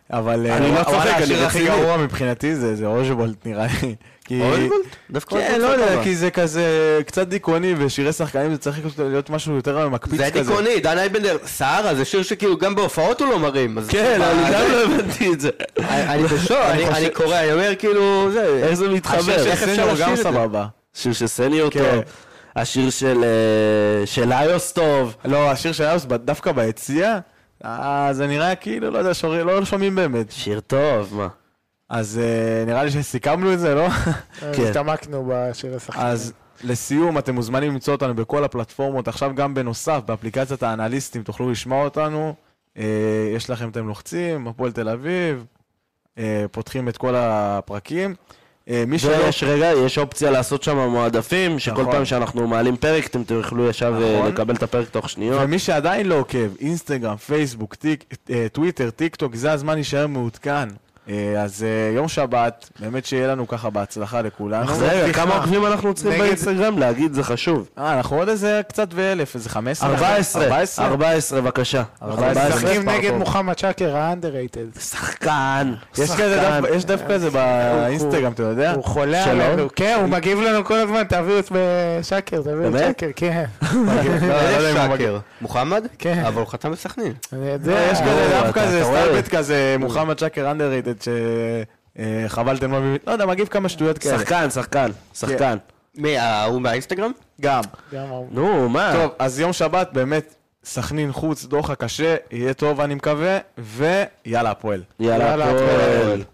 אבל אני לא צוחק, אני השיר הכי רציני. גרוע מבחינתי זה אוז'בולט נראה לי. כי- אוז'בולט? דווקא כן, לא יודע, כי זה כזה קצת דיכאוני, ושירי שחקנים זה צריך להיות משהו יותר מקפיץ זה כזה. דיכאוני, דן אייבנדר, סערה, זה שיר שכאילו גם בהופעות הוא לא מרים. אז כן, מה, אני גם זה- לא הבנתי את זה. אני בשוק, אני קורא, אני אומר כאילו, זה... איך זה מתחבר? השיר של איך אפשר סניור לשיר גם את זה? סבבה. השיר של סניור כן. טוב, השיר של איוס טוב. לא, השיר של איוס דווקא ביציאה, זה נראה כאילו, לא יודע, לא שומעים באמת. שיר טוב, מה? אז נראה לי שסיכמנו את זה, לא? כן. הסתמקנו בשיר השחקנים. אז לסיום, אתם מוזמנים למצוא אותנו בכל הפלטפורמות. עכשיו גם בנוסף, באפליקציית האנליסטים תוכלו לשמוע אותנו. יש לכם, אתם לוחצים, הפועל תל אביב, פותחים את כל הפרקים. מי שלא... ויש רגע, יש אופציה לעשות שם מועדפים, שכל נכון. פעם שאנחנו מעלים פרק, אתם תוכלו ישר נכון. לקבל את הפרק תוך שניות. ומי שעדיין לא עוקב, אינסטגרם, פייסבוק, טוויטר, טיק טוק, זה הזמן להישאר מעודכן. אז יום שבת, באמת שיהיה לנו ככה בהצלחה לכולנו. רגע, כמה עוקבים אנחנו צריכים נגד- באינסטגרם? להגיד, זה חשוב. אנחנו עוד איזה קצת ואלף, איזה 15? 14, בבקשה. 14. משחקים מספר נגד טוב. מוחמד שקר, האנדררייטד. שחקן. יש כזה יש דף כזה באינסטגרם, אתה יודע? הוא חולה שלום? עלינו, כן, הוא מגיב לנו כל הזמן, תביאו את שקר, תביאו את באמת? שקר, כן. לא יודע אם הוא מגיע. שקר. מוחמד? כן. אבל הוא חתם בסכנין. יש כזה דף אתה כזה, רואה? סטלבט כזה, מוחמד שקר אנדררייטד, שחבלתם לו, לא יודע, מגיב כמה שטויות כאלה. שחקן. מי, ההוא מהאינסטגרם? גם. נו, מה? טוב, אז יום שבת באמת, סכנין חוץ, דוחה קשה, יהיה טוב אני מקווה, ויאללה הפועל. יאללה, יאללה, הפועל.